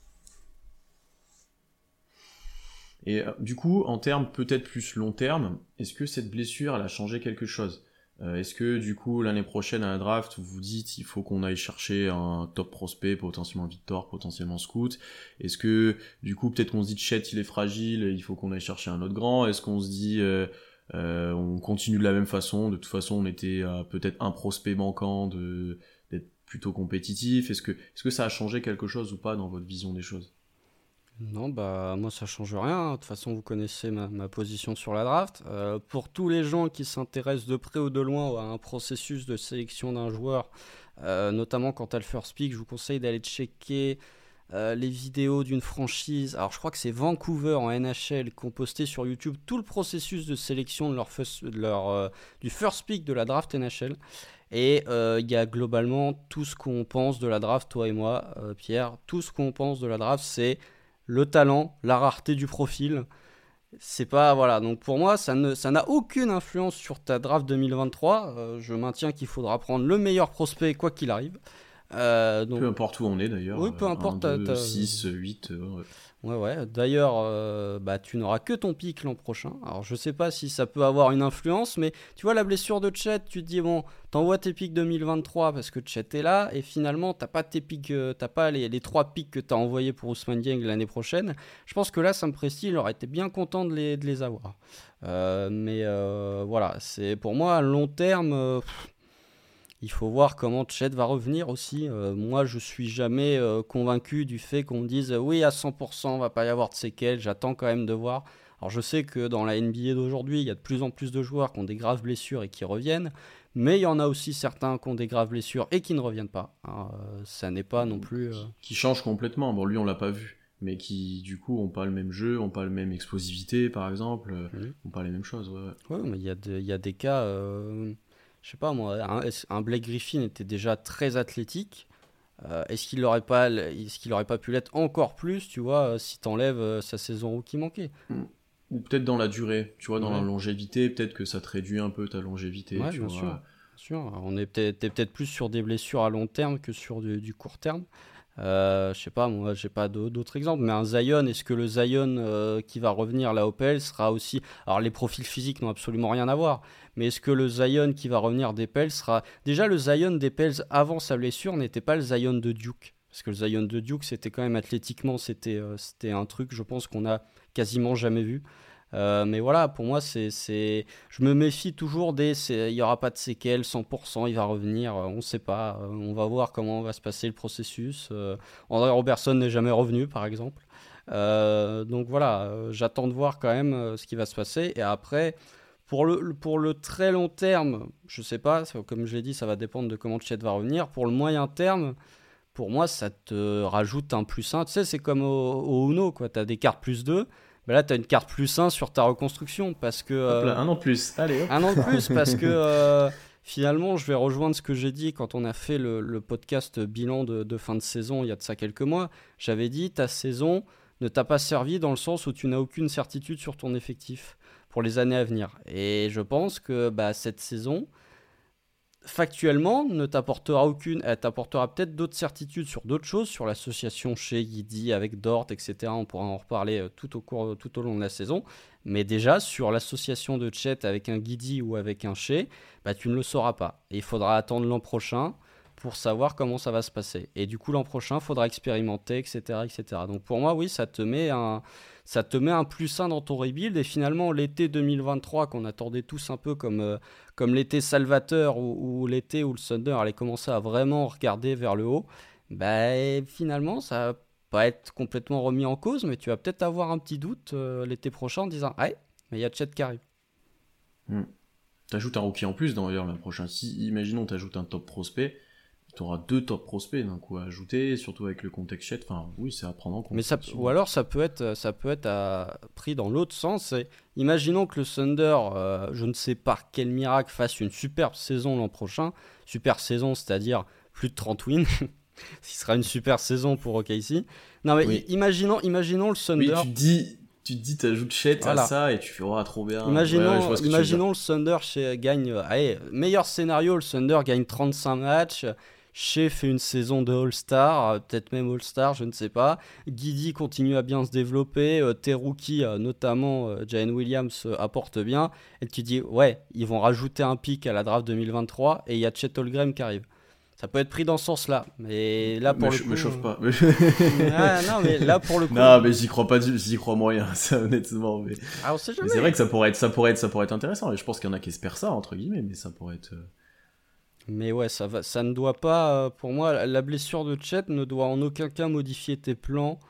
Et euh, du coup, en termes peut-être plus long terme, est-ce que cette blessure elle a changé quelque chose? Euh, est-ce que du coup l'année prochaine à la draft vous vous dites il faut qu'on aille chercher un top prospect, potentiellement Victor, potentiellement Scoot? Est-ce que du coup peut-être qu'on se dit Chet il est fragile, il faut qu'on aille chercher un autre grand? Est-ce qu'on se dit euh, euh, on continue de la même façon? De toute façon on était euh, peut-être un prospect manquant de d'être plutôt compétitif. Est-ce que est-ce que ça a changé quelque chose ou pas dans votre vision des choses? Non, bah moi ça change rien. De toute façon, vous connaissez ma, ma position sur la draft. Euh, pour tous les gens qui s'intéressent de près ou de loin à un processus de sélection d'un joueur, euh, notamment quand tu as le first pick, je vous conseille d'aller checker euh, les vidéos d'une franchise. Alors je crois que c'est Vancouver en N H L qui ont posté sur YouTube tout le processus de sélection de leur, first, de leur euh, du first pick de la draft N H L. Et il euh, y a globalement tout ce qu'on pense de la draft, toi et moi, euh, Pierre. Tout ce qu'on pense de la draft, c'est le talent, la rareté du profil. C'est pas, voilà, donc pour moi, ça, ne, ça n'a aucune influence sur ta draft deux mille vingt-trois. Euh, je maintiens qu'il faudra prendre le meilleur prospect, quoi qu'il arrive. Euh, donc... Peu importe où on est d'ailleurs. Oui, peu importe. un, deux, t'as... six, huit. Euh, ouais. Ouais, ouais. D'ailleurs, euh, bah, tu n'auras que ton pic l'an prochain. Alors, je sais pas si ça peut avoir une influence, mais tu vois, la blessure de Chet, tu te dis, bon, t'envoies tes pics deux mille vingt-trois parce que Chet est là, et finalement, t'as pas tes pics, euh, t'as pas les, les trois pics que t'as envoyés pour Ousmane Dieng l'année prochaine. Je pense que là, Sam Presti, il aurait été bien content de les, de les avoir. Euh, mais euh, voilà, c'est pour moi, à long terme. Euh, pff, Il faut voir comment Chet va revenir aussi. Euh, moi, je suis jamais euh, convaincu du fait qu'on me dise euh, oui, à cent pour cent, il ne va pas y avoir de séquelles. J'attends quand même de voir. Alors, je sais que dans la N B A d'aujourd'hui, il y a de plus en plus de joueurs qui ont des graves blessures et qui reviennent. Mais il y en a aussi certains qui ont des graves blessures et qui ne reviennent pas. Alors, euh, ça n'est pas non plus... Euh... Qui changent complètement. Bon, lui, on l'a pas vu. Mais qui, du coup, ont pas le même jeu, ont pas la même explosivité, par exemple. Mmh. Ont pas les mêmes choses. Ouais, ouais mais il y, y a des cas... Euh... Je sais pas moi, un, un Blake Griffin était déjà très athlétique. Euh, est-ce qu'il n'aurait pas, est-ce qu'il aurait pas pu l'être encore plus, tu vois, si t'enlèves euh, sa saison rookie manquée? Ou peut-être dans la durée, tu vois, dans ouais. la longévité, peut-être que ça te réduit un peu ta longévité. Ouais, tu bien vois. sûr. Bien sûr. On est peut-être, t'es peut-être plus sur des blessures à long terme que sur du, du court terme. Euh, je sais pas, moi j'ai pas d'autres exemples, mais un Zion, est-ce que le Zion euh, qui va revenir là au P L sera aussi... Alors les profils physiques n'ont absolument rien à voir, mais est-ce que le Zion qui va revenir des P L sera... Déjà le Zion des P L avant sa blessure n'était pas le Zion de Duke. Parce que le Zion de Duke, c'était quand même athlétiquement, c'était, euh, c'était un truc, je pense, qu'on a quasiment jamais vu. Euh, mais voilà, pour moi, c'est, c'est... je me méfie toujours des il n'y aura pas de séquelles, cent pour cent, il va revenir, euh, on ne sait pas, euh, on va voir comment va se passer le processus. Euh, André Robertson n'est jamais revenu, par exemple. Euh, donc voilà, euh, j'attends de voir quand même euh, ce qui va se passer. Et après, pour le, pour le très long terme, je ne sais pas, comme je l'ai dit, ça va dépendre de comment Chet va revenir. Pour le moyen terme, pour moi, ça te rajoute un plus un. Tu sais, c'est comme au, au Uno, quoi. Tu as des cartes plus deux. Ben là, tu as une carte plus un sur ta reconstruction parce que... Hop là, euh, un an de plus, allez hop. Un an de plus parce que euh, finalement, je vais rejoindre ce que j'ai dit quand on a fait le, le podcast bilan de, de fin de saison il y a de ça quelques mois. J'avais dit, ta saison ne t'a pas servi dans le sens où tu n'as aucune certitude sur ton effectif pour les années à venir. Et je pense que bah, cette saison... factuellement, ne t'apportera aucune, elle t'apportera peut-être d'autres certitudes sur d'autres choses, sur l'association chez Guidi avec Dort, et cetera. On pourra en reparler tout au cours, tout au long de la saison. Mais déjà, sur l'association de Chet avec un Guidi ou avec un Shea, bah, tu ne le sauras pas. Et il faudra attendre l'an prochain pour savoir comment ça va se passer. Et du coup, l'an prochain, il faudra expérimenter, et cetera, et cetera. Donc pour moi, oui, ça te met un, ça te met un plus un dans ton rebuild. Et finalement, l'été deux mille vingt-trois, qu'on attendait tous un peu comme, euh, comme l'été salvateur ou, ou l'été où le Thunder allait commencer à vraiment regarder vers le haut, bah, finalement, ça va pas être complètement remis en cause, mais tu vas peut-être avoir un petit doute euh, l'été prochain en disant « Ouais, mais il y a Chet qui arrive. Hmm. » T'ajoutes un rookie en plus d'ailleurs l'an prochain. Si, imaginons, t'ajoutes un top prospect, tu auras deux top prospects d'un coup à ajouter, surtout avec le contexte Chet. Enfin, oui, c'est à prendre en compte. Mais ça, ou alors ça peut être, ça peut être à, pris dans l'autre sens. C'est, imaginons que le Thunder, euh, je ne sais par quel miracle, fasse une superbe saison l'an prochain. Super saison, c'est-à-dire plus de trente wins. Ce sera une super saison pour O K C. Non mais oui. imaginons, imaginons le Thunder. Oui, tu te dis, tu te dis, t'ajoutes Chet voilà. à ça et tu fais oh, trop bien. Imaginons, ouais, ouais, imaginons le Thunder chez, gagne, allez, meilleur scénario, le Thunder gagne trente-cinq matchs. Shea fait une saison de All-Star, peut-être même All-Star, je ne sais pas. Guidi continue à bien se développer. Euh, tes rookies, euh, notamment euh, Jalen Williams, euh, apportent bien. Et tu dis, ouais, ils vont rajouter un pick à la draft deux mille vingt-trois et il y a Chet Holmgren qui arrive. Ça peut être pris dans ce sens-là. Mais là, pour mais le je coup... me chauffe pas. ah, non, mais là, pour le coup... non, mais j'y crois pas, j'y crois moyen, ça, honnêtement. Mais... Ah, on sait jamais. Mais c'est vrai que ça pourrait être, ça pourrait être, ça pourrait être intéressant. Et je pense qu'il y en a qui espèrent ça, entre guillemets, mais ça pourrait être... Mais ouais, ça, va, ça ne doit pas, pour moi, la blessure de Chet ne doit en aucun cas modifier tes plans,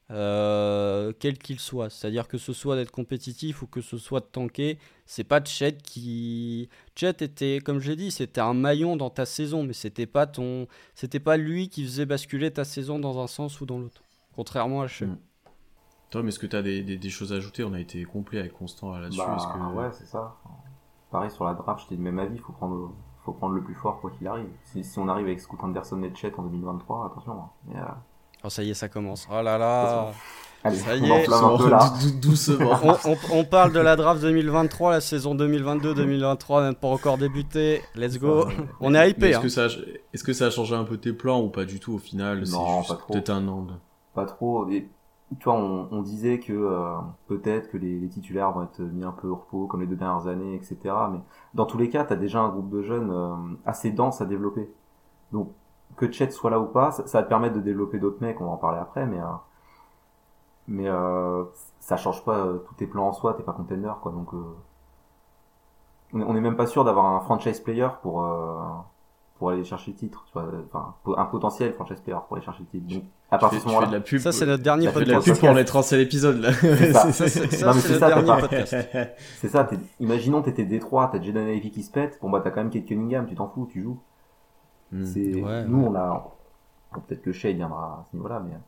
euh, quels qu'ils soient. C'est-à-dire que ce soit d'être compétitif ou que ce soit de tanker, c'est pas Chet qui... Chet était, comme j'ai dit, c'était un maillon dans ta saison, mais c'était pas ton... c'était pas lui qui faisait basculer ta saison dans un sens ou dans l'autre, contrairement à Shea. Mmh. Tom, est-ce que tu as des, des, des choses à ajouter? On a été complet avec Constant là-dessus. Bah, est-ce que... ouais, c'est ça. Pareil sur la draft, j'étais du même avis, il faut prendre... faut prendre le plus fort quoi qu'il arrive. Si, si on arrive avec Scoot Anderson et Chet en deux mille vingt-trois, attention. Mais, euh... Oh ça y est, ça commence. Oh là là. Allez, ça on y est. enflamme un peu là. Doucement. on, on, on parle de la draft deux mille vingt-trois, la saison deux mille vingt-deux deux mille vingt-trois, même pas encore débuté. Let's go. Ouais. On est hypé. Est-ce hein. que ça, a... est-ce que ça a changé un peu tes plans ou pas du tout au final? Non, c'est pas juste trop. Peut-être un an. De... Pas trop. Et, tu vois, on, on disait que euh, peut-être que les, les titulaires vont être mis un peu au repos comme les deux dernières années, et cetera. Mais dans tous les cas, t'as déjà un groupe de jeunes euh, assez dense à développer. Donc que Chet soit là ou pas, ça, ça va te permettre de développer d'autres mecs. On va en parler après, mais euh, mais euh, ça change pas euh, tous tes plans en soi. T'es pas contender, quoi. Donc euh, on est même pas sûr d'avoir un franchise player pour euh, pour aller chercher le titre, tu vois, enfin un potentiel franchise player pour aller chercher le titre. Donc à partir de ce moment-là, de la pub, ça c'est notre dernier ça fait de podcast. la pub pour mettre en scène l'épisode là. C'est ça, ça, c'est, ça, non, mais c'est c'est le ça, dernier pas... podcast. C'est ça, t'es... imaginons t'étais Détroit, t'as Jaden Ivey qui se pète, bon bah t'as quand même Kate Cunningham, tu t'en fous, tu joues. Mm. C'est... Ouais, Nous ouais. on a, bon, peut-être que Shea viendra à ce niveau-là, mais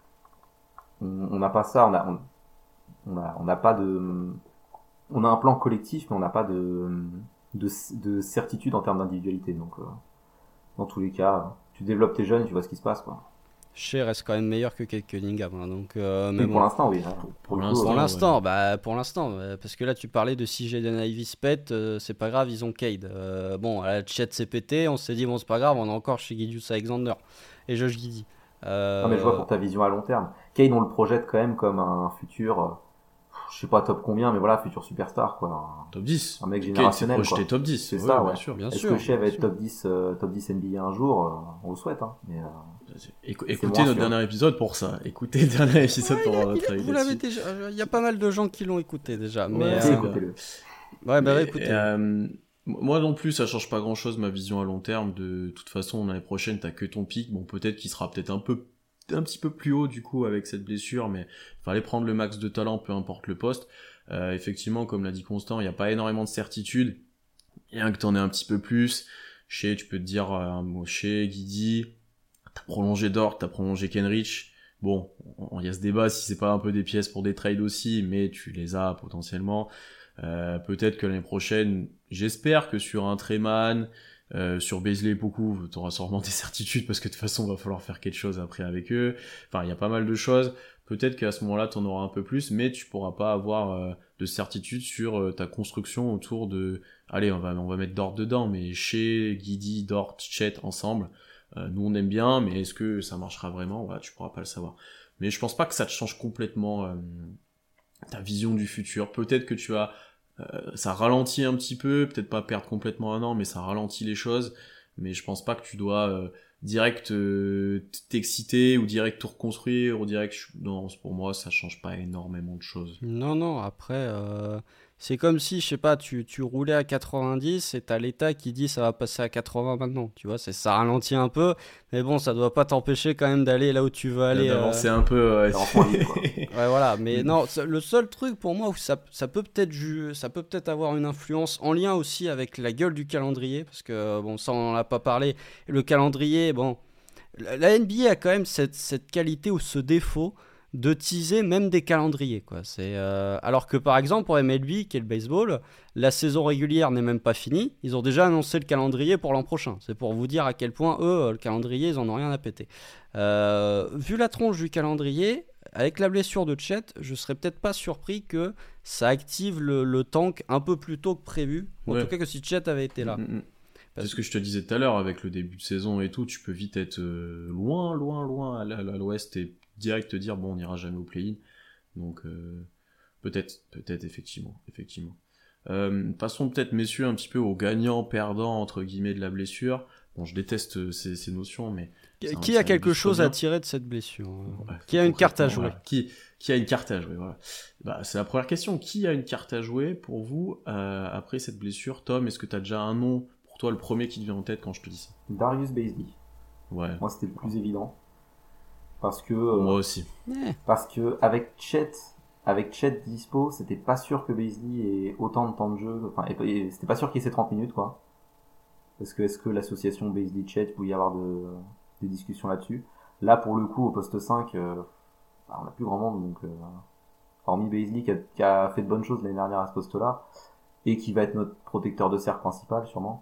on n'a pas ça, on a, on... on a, on n'a pas de, on a un plan collectif, mais on n'a pas de, de, de certitude en termes d'individualité, donc euh... dans tous les cas, tu développes tes jeunes et tu vois ce qui se passe, quoi. Shea reste quand même meilleur que Kate Cunningham, hein, donc. Euh, mais Mais bon. pour l'instant, oui. Hein. Pour le coup, l'instant, Pour euh, l'instant, bah pour l'instant, euh, parce que là tu parlais de si Jaden Ivey se pète, euh, c'est pas grave, ils ont Cade. Euh, bon, la Chet s'est pété, on s'est dit bon c'est pas grave, on est encore chez Gideus Alexander et Josh Giddey. Euh... Non mais je vois pour ta vision à long terme. Cade on le projette quand même comme un futur, euh, je sais pas top combien, mais voilà, futur superstar, quoi. Top dix. Un mec générationnel, okay, quoi. top dix. C'est ouais, ça, ouais. Bien sûr. Bien Est-ce sûr, que Shea va être sûr. top dix, euh, top dix N B A un jour? euh, On le souhaite, hein. Mais, euh, Éc- écoutez notre sûr. dernier épisode pour ça. Écoutez le dernier épisode ouais, pour avoir notre avis. Vous l'avez déjà. Il y a pas mal de gens qui l'ont écouté déjà. Mais ouais, euh... écoutez-le. Ouais, bah mais, écoutez. Euh, moi non plus, ça change pas grand-chose ma vision à long terme. De toute façon, l'année prochaine, t'as que ton pic. Bon, peut-être qu'il sera peut-être un peu, un petit peu plus haut du coup avec cette blessure, mais fallait prendre le max de talent, peu importe le poste. Euh, effectivement, comme l'a dit Constant, il y a pas énormément de certitude. Rien que t'en aies un petit peu plus. Chez, tu peux te dire un mot chez Guidi. T'as prolongé Dort, t'as prolongé Kenrich. Bon, il y a ce débat si c'est pas un peu des pièces pour des trades aussi, mais tu les as potentiellement. Euh, peut-être que l'année prochaine, j'espère que sur un Treman, euh, sur Beasley beaucoup, t'auras sûrement des certitudes parce que de toute façon, il va falloir faire quelque chose après avec eux. Enfin, il y a pas mal de choses. Peut-être qu'à ce moment-là, t'en auras un peu plus, mais tu pourras pas avoir euh, de certitude sur euh, ta construction autour de... Allez, on va, on va mettre Dort dedans, mais chez Guidi, Dort, Chet ensemble. Euh, nous on aime bien, mais est-ce que ça marchera vraiment? Voilà, tu pourras pas le savoir. Mais je pense pas que ça te change complètement euh, ta vision du futur. Peut-être que tu vas, euh, ça ralentit un petit peu, peut-être pas perdre complètement un an, mais ça ralentit les choses. Mais je pense pas que tu dois euh, direct euh, t'exciter ou direct tout reconstruire ou direct. Non, pour moi ça change pas énormément de choses. Non, non. Après. Euh... C'est comme si, je sais pas, tu, tu roulais à quatre-vingt-dix et t'as l'État qui dit ça va passer à quatre-vingts maintenant. Tu vois, c'est, ça ralentit un peu, mais bon, ça doit pas t'empêcher quand même d'aller là où tu veux aller. D'avancer euh... un peu. Ouais, ouais voilà. Mais non, le seul truc pour moi où ça, ça peut peut-être ju- ça peut peut-être avoir une influence en lien aussi avec la gueule du calendrier, parce que bon, ça on en a pas parlé. Le calendrier, bon, la N B A a quand même cette, cette qualité ou ce défaut de teaser même des calendriers, quoi. C'est, euh... alors que par exemple pour M L B, qui est le baseball, la saison régulière n'est même pas finie, ils ont déjà annoncé le calendrier pour l'an prochain. C'est pour vous dire à quel point eux, le calendrier, ils en ont rien à péter. Euh... Vu la tronche du calendrier, avec la blessure de Chet, je serais peut-être pas surpris que ça active le, le tank un peu plus tôt que prévu, en ouais. tout cas que si Chet avait été là. Mmh, mmh. C'est ce que je te disais tout à l'heure, avec le début de saison et tout, tu peux vite être euh, loin, loin, loin à l'ouest et direct te dire bon on n'ira jamais au play-in, donc euh, peut-être peut-être effectivement effectivement euh, passons peut-être messieurs un petit peu aux gagnants perdants entre guillemets de la blessure. Bon, je déteste ces, ces notions, mais qui, qui a quelque chose à tirer de cette blessure? Ouais, qui a une carte à jouer? Voilà. qui qui a une carte à jouer? Voilà, bah, c'est la première question. Qui a une carte à jouer pour vous euh, après cette blessure? Tom, est-ce que tu as déjà un nom pour toi, le premier qui te vient en tête quand je te dis ça? Darius Beasley. Ouais, moi c'était le plus évident. Parce que euh, moi aussi. Parce que avec Chet, avec Chet dispo, c'était pas sûr que Beasley ait autant de temps de jeu. Enfin, et, et, c'était pas sûr qu'il ait ses trente minutes, quoi. Parce que est-ce que l'association Beasley-Chet pouvait y avoir de, des discussions là-dessus? Là, pour le coup, au poste cinq, euh, bah, on a plus grand monde, donc euh, hormis Beasley qui a, qui a fait de bonnes choses l'année dernière à ce poste-là et qui va être notre protecteur de cercle principal, sûrement.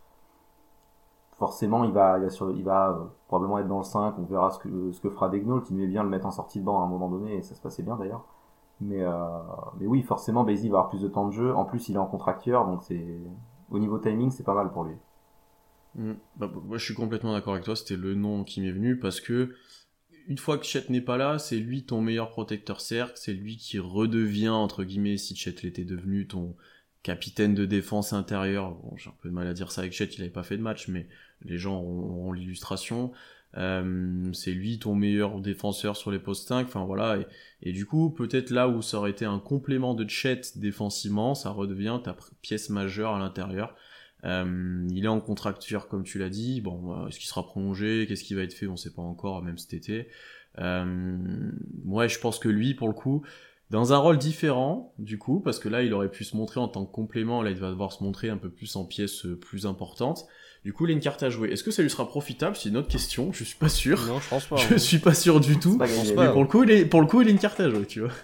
Forcément, il va, il va, sur, il va euh, probablement être dans le cinq, on verra ce que, ce que fera Degnault, qui aimait bien le mettre en sortie de banc à un moment donné, et ça se passait bien d'ailleurs. Mais, euh, mais oui, forcément, Beasley va avoir plus de temps de jeu, en plus il est en contracteur, donc c'est, au niveau timing, c'est pas mal pour lui. Mmh. Bah, moi je suis complètement d'accord avec toi, c'était le nom qui m'est venu, parce que une fois que Chet n'est pas là, c'est lui ton meilleur protecteur cercle, c'est lui qui redevient, entre guillemets, si Chet l'était devenu, ton capitaine de défense intérieure. Bon, j'ai un peu de mal à dire ça avec Chet, il avait pas fait de match, mais les gens auront l'illustration. Euh, c'est lui ton meilleur défenseur sur les postes cinq, enfin voilà, et, et du coup, peut-être là où ça aurait été un complément de Chet défensivement, ça redevient ta pièce majeure à l'intérieur. Euh, il est en contracture, comme tu l'as dit, bon, est-ce qu'il sera prolongé, qu'est-ce qui va être fait, on sait pas encore, même cet été. Euh, ouais, je pense que lui, pour le coup, dans un rôle différent, du coup, parce que là, il aurait pu se montrer en tant que complément, là, il va devoir se montrer un peu plus en pièce plus importante. Du coup, il a une carte à jouer. Est-ce que ça lui sera profitable? C'est une autre question, je suis pas sûr. Non, je pense pas. Je hein. suis pas sûr du tout. Pas Mais pas, pour le coup, il est, pour le coup, il a une carte à jouer, tu vois.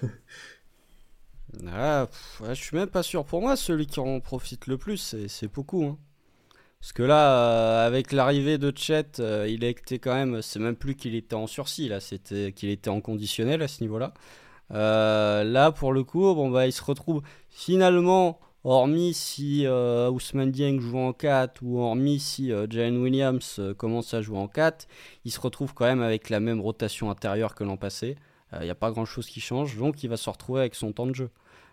Ah, pff, ouais, je suis même pas sûr. Pour moi, celui qui en profite le plus, c'est, c'est Poku. Hein. Parce que là, euh, avec l'arrivée de Chet, euh, il a été quand même. C'est même plus qu'il était en sursis, là, c'était qu'il était en conditionnel à ce niveau-là. Euh, là, pour le coup, bon, bah, il se retrouve finalement, hormis si euh, Ousmane Dieng joue en quatre ou hormis si euh, Jalen Williams euh, commence à jouer en quatre, il se retrouve quand même avec la même rotation intérieure que l'an passé. Il euh, n'y a pas grand-chose qui change, donc il va se retrouver avec son temps de jeu.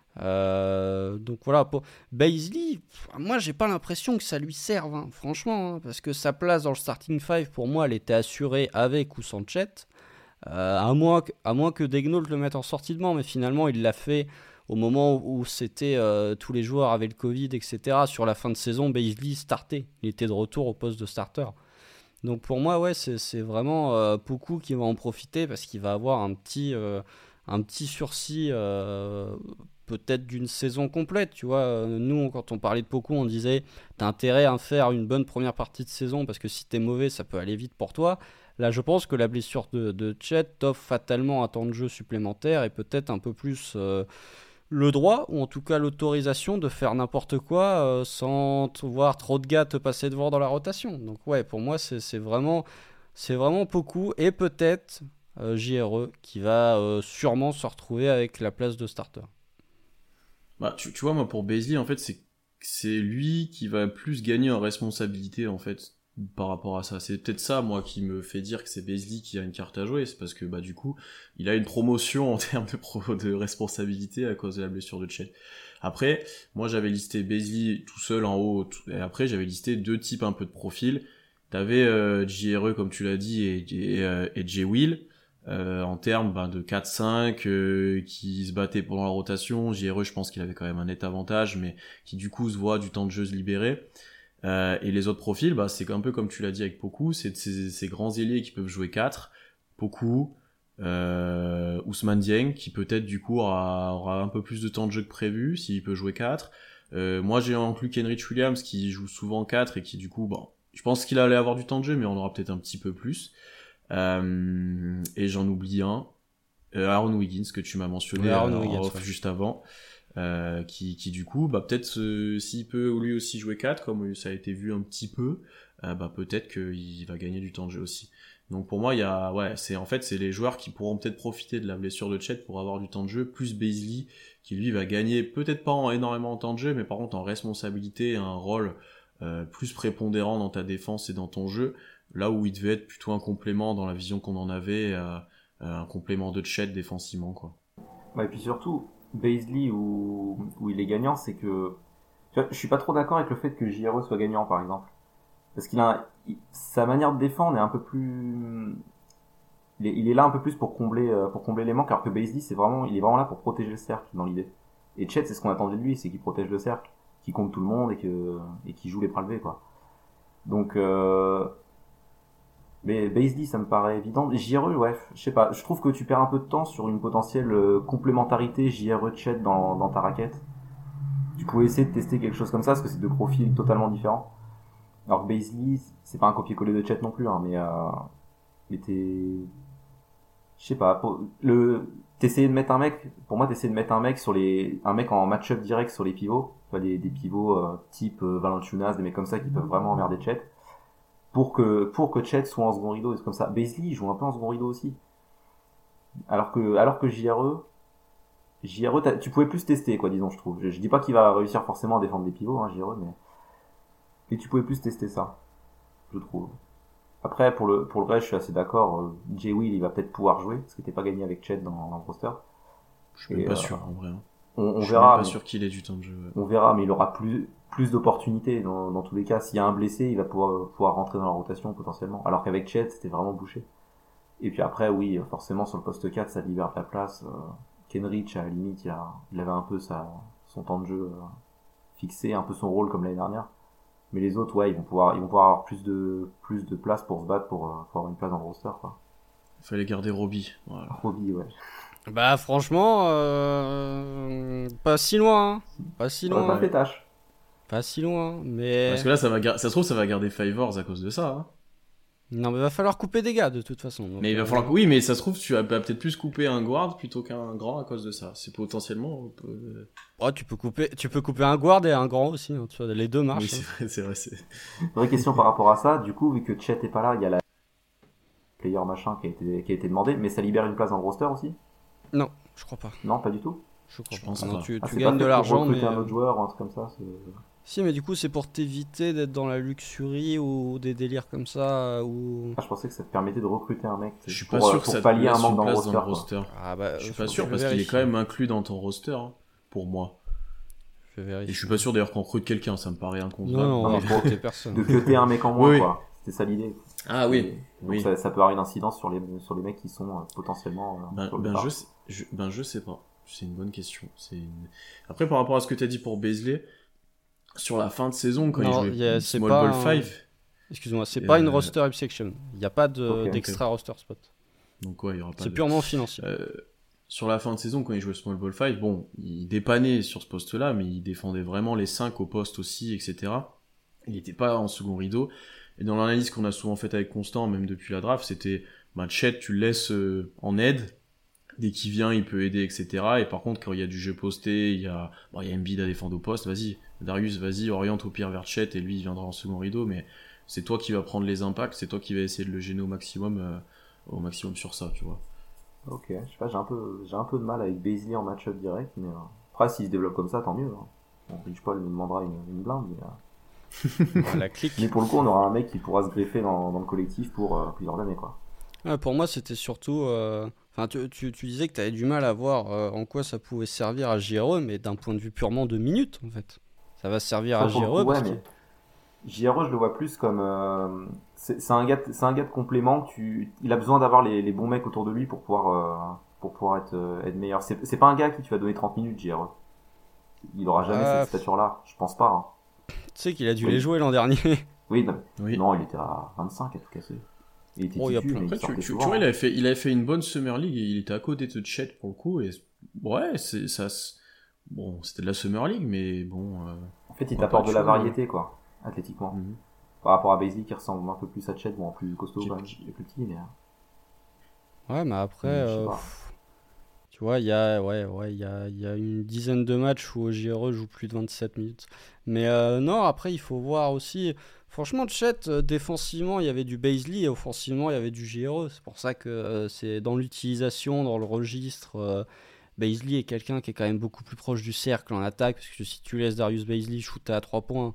Euh, donc voilà, pour Bazley, moi j'ai pas l'impression que ça lui serve, hein, franchement, hein, parce que sa place dans le starting five, pour moi, elle était assurée avec ou sans Chet, euh, à, moins que, à moins que Daigneault le mette en sortie de banc, mais finalement il l'a fait au moment où, où c'était euh, tous les joueurs avaient le Covid, et cetera. Sur la fin de saison, Bazley startait, il était de retour au poste de starter. Donc pour moi, ouais, c'est, c'est vraiment euh, Poku qui va en profiter parce qu'il va avoir un petit, euh, un petit sursis. Euh, peut-être d'une saison complète, tu vois. Nous, quand on parlait de Poku, on disait t'as intérêt à faire une bonne première partie de saison parce que si t'es mauvais, ça peut aller vite pour toi. Là, je pense que la blessure de, de Chet t'offre fatalement un temps de jeu supplémentaire et peut-être un peu plus euh, le droit, ou en tout cas l'autorisation de faire n'importe quoi euh, sans voir trop de gars te passer devant dans la rotation. Donc ouais, pour moi, c'est, c'est vraiment, c'est vraiment Poku et peut-être euh, J R E qui va euh, sûrement se retrouver avec la place de starter. Bah, tu, tu vois, moi, pour Bazley, en fait, c'est, c'est lui qui va plus gagner en responsabilité, en fait, par rapport à ça. C'est peut-être ça, moi, qui me fait dire que c'est Bazley qui a une carte à jouer. C'est parce que, bah, du coup, il a une promotion en termes de, pro, de responsabilité à cause de la blessure de Chet. Après, moi, j'avais listé Bazley tout seul en haut, tout, et après, j'avais listé deux types un peu de profil. T'avais euh, J R E, comme tu l'as dit, et, et, euh, et Jay Will. Euh, en termes ben, de quatre cinq euh, qui se battaient pendant la rotation. J R E, je pense qu'il avait quand même un net avantage, mais qui du coup se voit du temps de jeu se libérer. Euh, et les autres profils, bah, c'est un peu comme tu l'as dit avec Poku, c'est ces, ces grands ailiers qui peuvent jouer quatre, Poku, euh, Ousmane Dieng, qui peut-être du coup aura, aura un peu plus de temps de jeu que prévu, s'il peut jouer quatre. Euh, moi j'ai inclus Kenrich Williams, qui joue souvent quatre et qui du coup, bon, je pense qu'il allait avoir du temps de jeu, mais on aura peut-être un petit peu plus. Euh, et j'en oublie un, euh, Aaron Wiggins que tu m'as mentionné ouais, Aaron euh, Wiggins, off, ouais. juste avant, euh, qui, qui du coup bah peut-être euh, s'il peut lui aussi jouer quatre comme ça a été vu un petit peu, euh, bah peut-être qu'il va gagner du temps de jeu aussi. Donc pour moi il y a ouais c'est en fait c'est les joueurs qui pourront peut-être profiter de la blessure de Chet pour avoir du temps de jeu, plus Bazley qui lui va gagner peut-être pas en énormément de temps de jeu, mais par contre en responsabilité, un rôle euh, plus prépondérant dans ta défense et dans ton jeu. Là où il devait être plutôt un complément dans la vision qu'on en avait, euh, un complément de Chet défensivement, quoi. Ouais, et puis surtout, Bazley où, où il est gagnant, c'est que tu vois, je suis pas trop d'accord avec le fait que J R E soit gagnant, par exemple, parce qu'il a il, sa manière de défendre est un peu plus, il est, il est là un peu plus pour combler pour combler les manques, alors que Bazley c'est vraiment, il est vraiment là pour protéger le cercle dans l'idée. Et Chet, c'est ce qu'on attendait de lui, c'est qu'il protège le cercle, qu'il compte tout le monde et que et qu'il joue les bras levés, quoi. Donc euh, mais Bazley, ça me paraît évident. J R E, ouais, je sais pas. Je trouve que tu perds un peu de temps sur une potentielle euh, complémentarité J R E-Chet dans, dans ta raquette. Tu pouvais essayer de tester quelque chose comme ça, parce que c'est deux profils totalement différents. Alors que Bazley, c'est pas un copier-coller de Chet non plus, hein, mais, euh, mais t'es... Je sais pas. Pour... Le... T'essayais de mettre un mec, pour moi, t'essayais de mettre un mec sur les, un mec en match-up direct sur les pivots. Tu vois, des, des pivots euh, type euh, Valanciunas, des mecs comme ça qui peuvent vraiment emmerder Chet. Pour que, pour que Chet soit en second rideau, c'est comme ça. Bazley, il joue un peu en second rideau aussi. Alors que, alors que J R E, J R E, tu pouvais plus tester, quoi, disons, je trouve. Je, je dis pas qu'il va réussir forcément à défendre des pivots, hein, J R E, mais, mais tu pouvais plus tester ça. Je trouve. Après, pour le, pour le reste, je suis assez d'accord. Euh, Jay Will, il va peut-être pouvoir jouer, parce qu'il n'était pas gagné avec Chet dans, dans le roster. Je suis même pas euh, sûr, en vrai. On, on je verra. Je suis même pas sûr qu'il ait du temps de jeu. On verra, mais il aura plus, plus d'opportunités dans, dans tous les cas. S'il y a un blessé, il va pouvoir, pouvoir rentrer dans la rotation potentiellement. Alors qu'avec Chet, c'était vraiment bouché. Et puis après, oui, forcément, sur le poste quatre, ça libère de la place. Euh, Kenrich, à la limite, il, a, il avait un peu sa, son temps de jeu euh, fixé, un peu son rôle comme l'année dernière. Mais les autres, ouais, ils vont pouvoir, ils vont pouvoir avoir plus de, plus de place pour se battre, pour, pour avoir une place dans le roster, quoi. Il fallait garder Roby. Voilà. Roby, ouais. Bah franchement, euh, pas si loin, hein. pas si loin. Pas fait tâche. Pas si loin, mais. Parce que là, ça va, gar... ça se trouve, ça va garder Favors à cause de ça. Hein. Non, mais il va falloir couper des gars de toute façon. Donc, mais il va falloir, euh... oui, mais ça se trouve, tu vas peut-être plus couper un guard plutôt qu'un grand à cause de ça. C'est potentiellement. Peut... Oh, tu peux couper, tu peux couper un guard et un grand aussi. Hein, tu vois, les deux marchent. Oui, c'est vrai, c'est vrai. C'est... Vraie question par rapport à ça. Du coup, vu que Chet est pas là, il y a la player machin qui a été, qui a été demandé, mais ça libère une place dans le roster aussi. Non, je crois pas. Non, pas du tout. Je crois je pas. pense non, pas. tu, ah, tu gagnes pas de l'argent, mais mais un autre joueur ou un truc comme ça. C'est... Si, mais du coup, c'est pour t'éviter d'être dans la luxurie ou des délires comme ça. Ou... Ah, je pensais que ça te permettait de recruter un mec. Je suis pour, pas sûr pour que ça te pallier laisse un manque une dans le place roster. Dans le roster. Ah bah, je suis pas sûr parce qu'il est quand même inclus dans ton roster. Hein. pour moi. Je vais vérifier. Et je suis pas sûr d'ailleurs qu'on recrute quelqu'un, ça me paraît inconcevable. Non, non, Non, on mais va pour- recruter personne. De cuter un mec en moins, Oui. quoi. C'était ça l'idée. Ah oui, Et donc oui. ça, ça peut avoir une incidence sur les, sur les mecs qui sont euh, potentiellement euh, Ben, sur le ben, départ. je sais, je, ben je sais pas. C'est une bonne question. C'est une... Après, par rapport à ce que tu as dit pour Beasley, sur la fin de saison, quand Non, il il y a- jouait c'est Small pas Ball un- cinq, Excuse-moi, c'est Euh, pas une roster section. Il n'y a pas de, Ok, d'extra roster spot. donc ouais, il y aura pas C'est de... purement financier. Euh, sur la fin de saison, quand il jouait Small Ball cinq, bon, il dépannait sur ce poste-là, mais il défendait vraiment les cinq au poste aussi, et cetera. Il n'était pas en second rideau. Et dans l'analyse qu'on a souvent faite avec Constant, même depuis la draft, c'était, bah, Chet, tu le laisses euh, en aide. Dès qu'il vient, il peut aider, et cetera. Et par contre, quand il y a du jeu posté, il y a, bon, il y a Embiid à défendre au poste, vas-y, Darius, vas-y, oriente au pire vers Chet, et lui, il viendra en second rideau, mais c'est toi qui vas prendre les impacts, c'est toi qui vas essayer de le gêner au maximum, euh, au maximum sur ça, tu vois. Ok, je sais pas, j'ai un peu, j'ai un peu de mal avec Beasley en match-up direct, mais euh, après s'il se développe comme ça, tant mieux. Hein. Bon, Rich Paul nous demandera une, une blinde, mais, euh, La clique. mais pour le coup, on aura un mec qui pourra se greffer dans, dans le collectif pour euh, plusieurs années, quoi. Ouais, pour moi, c'était surtout. euh, Enfin, tu, tu, tu disais que tu avais du mal à voir euh, en quoi ça pouvait servir à J R E, mais d'un point de vue purement de minutes, en fait. Ça va servir à Enfin, pour J le R E coup, parce ouais, que. mais J R E, je le vois plus comme euh, c'est c'est un gars, de- c'est un gars de complément. Tu, il a besoin d'avoir les, les bons mecs autour de lui pour pouvoir euh, pour pouvoir être euh, être meilleur. C'est c'est pas un gars à qui tu vas donner trente minutes, J R E. Il aura jamais Ah, cette stature-là, je pense pas. Hein. Tu sais qu'il a dû Oui. les jouer l'an dernier. Oui, non, mais- Oui. non, il était à vingt-cinq à tout casser. Il était Oh, il y a titu, plein- mais Après, il tu, sortait tu, tu souvent. vois, il avait, fait, il avait fait une bonne Summer League et il était à côté de Chet pour le coup. Et ouais, c'est, ça, se- bon, c'était de la Summer League, mais bon. euh, En fait, il on va t'apporte pas de la le choix, variété, quoi, athlétiquement. mhm. Par rapport à Beasley qui ressemble un peu plus à Chet, bon, en plus costaud, Qui- quand même, il est plus petit, mais euh, Ouais, mais après. je sais euh, pas. pff, Tu vois, il y a, ouais, ouais, il y a, il y a une dizaine de matchs où J R E joue plus de vingt-sept minutes. Mais euh, non, après, il faut voir aussi. Franchement, Chet, euh, défensivement, il y avait du Beasley et offensivement, il y avait du J R E. C'est pour ça que euh, c'est dans l'utilisation, dans le registre. euh, Beasley est quelqu'un qui est quand même beaucoup plus proche du cercle en attaque. Parce que si tu laisses Darius Beasley shooter à trois points,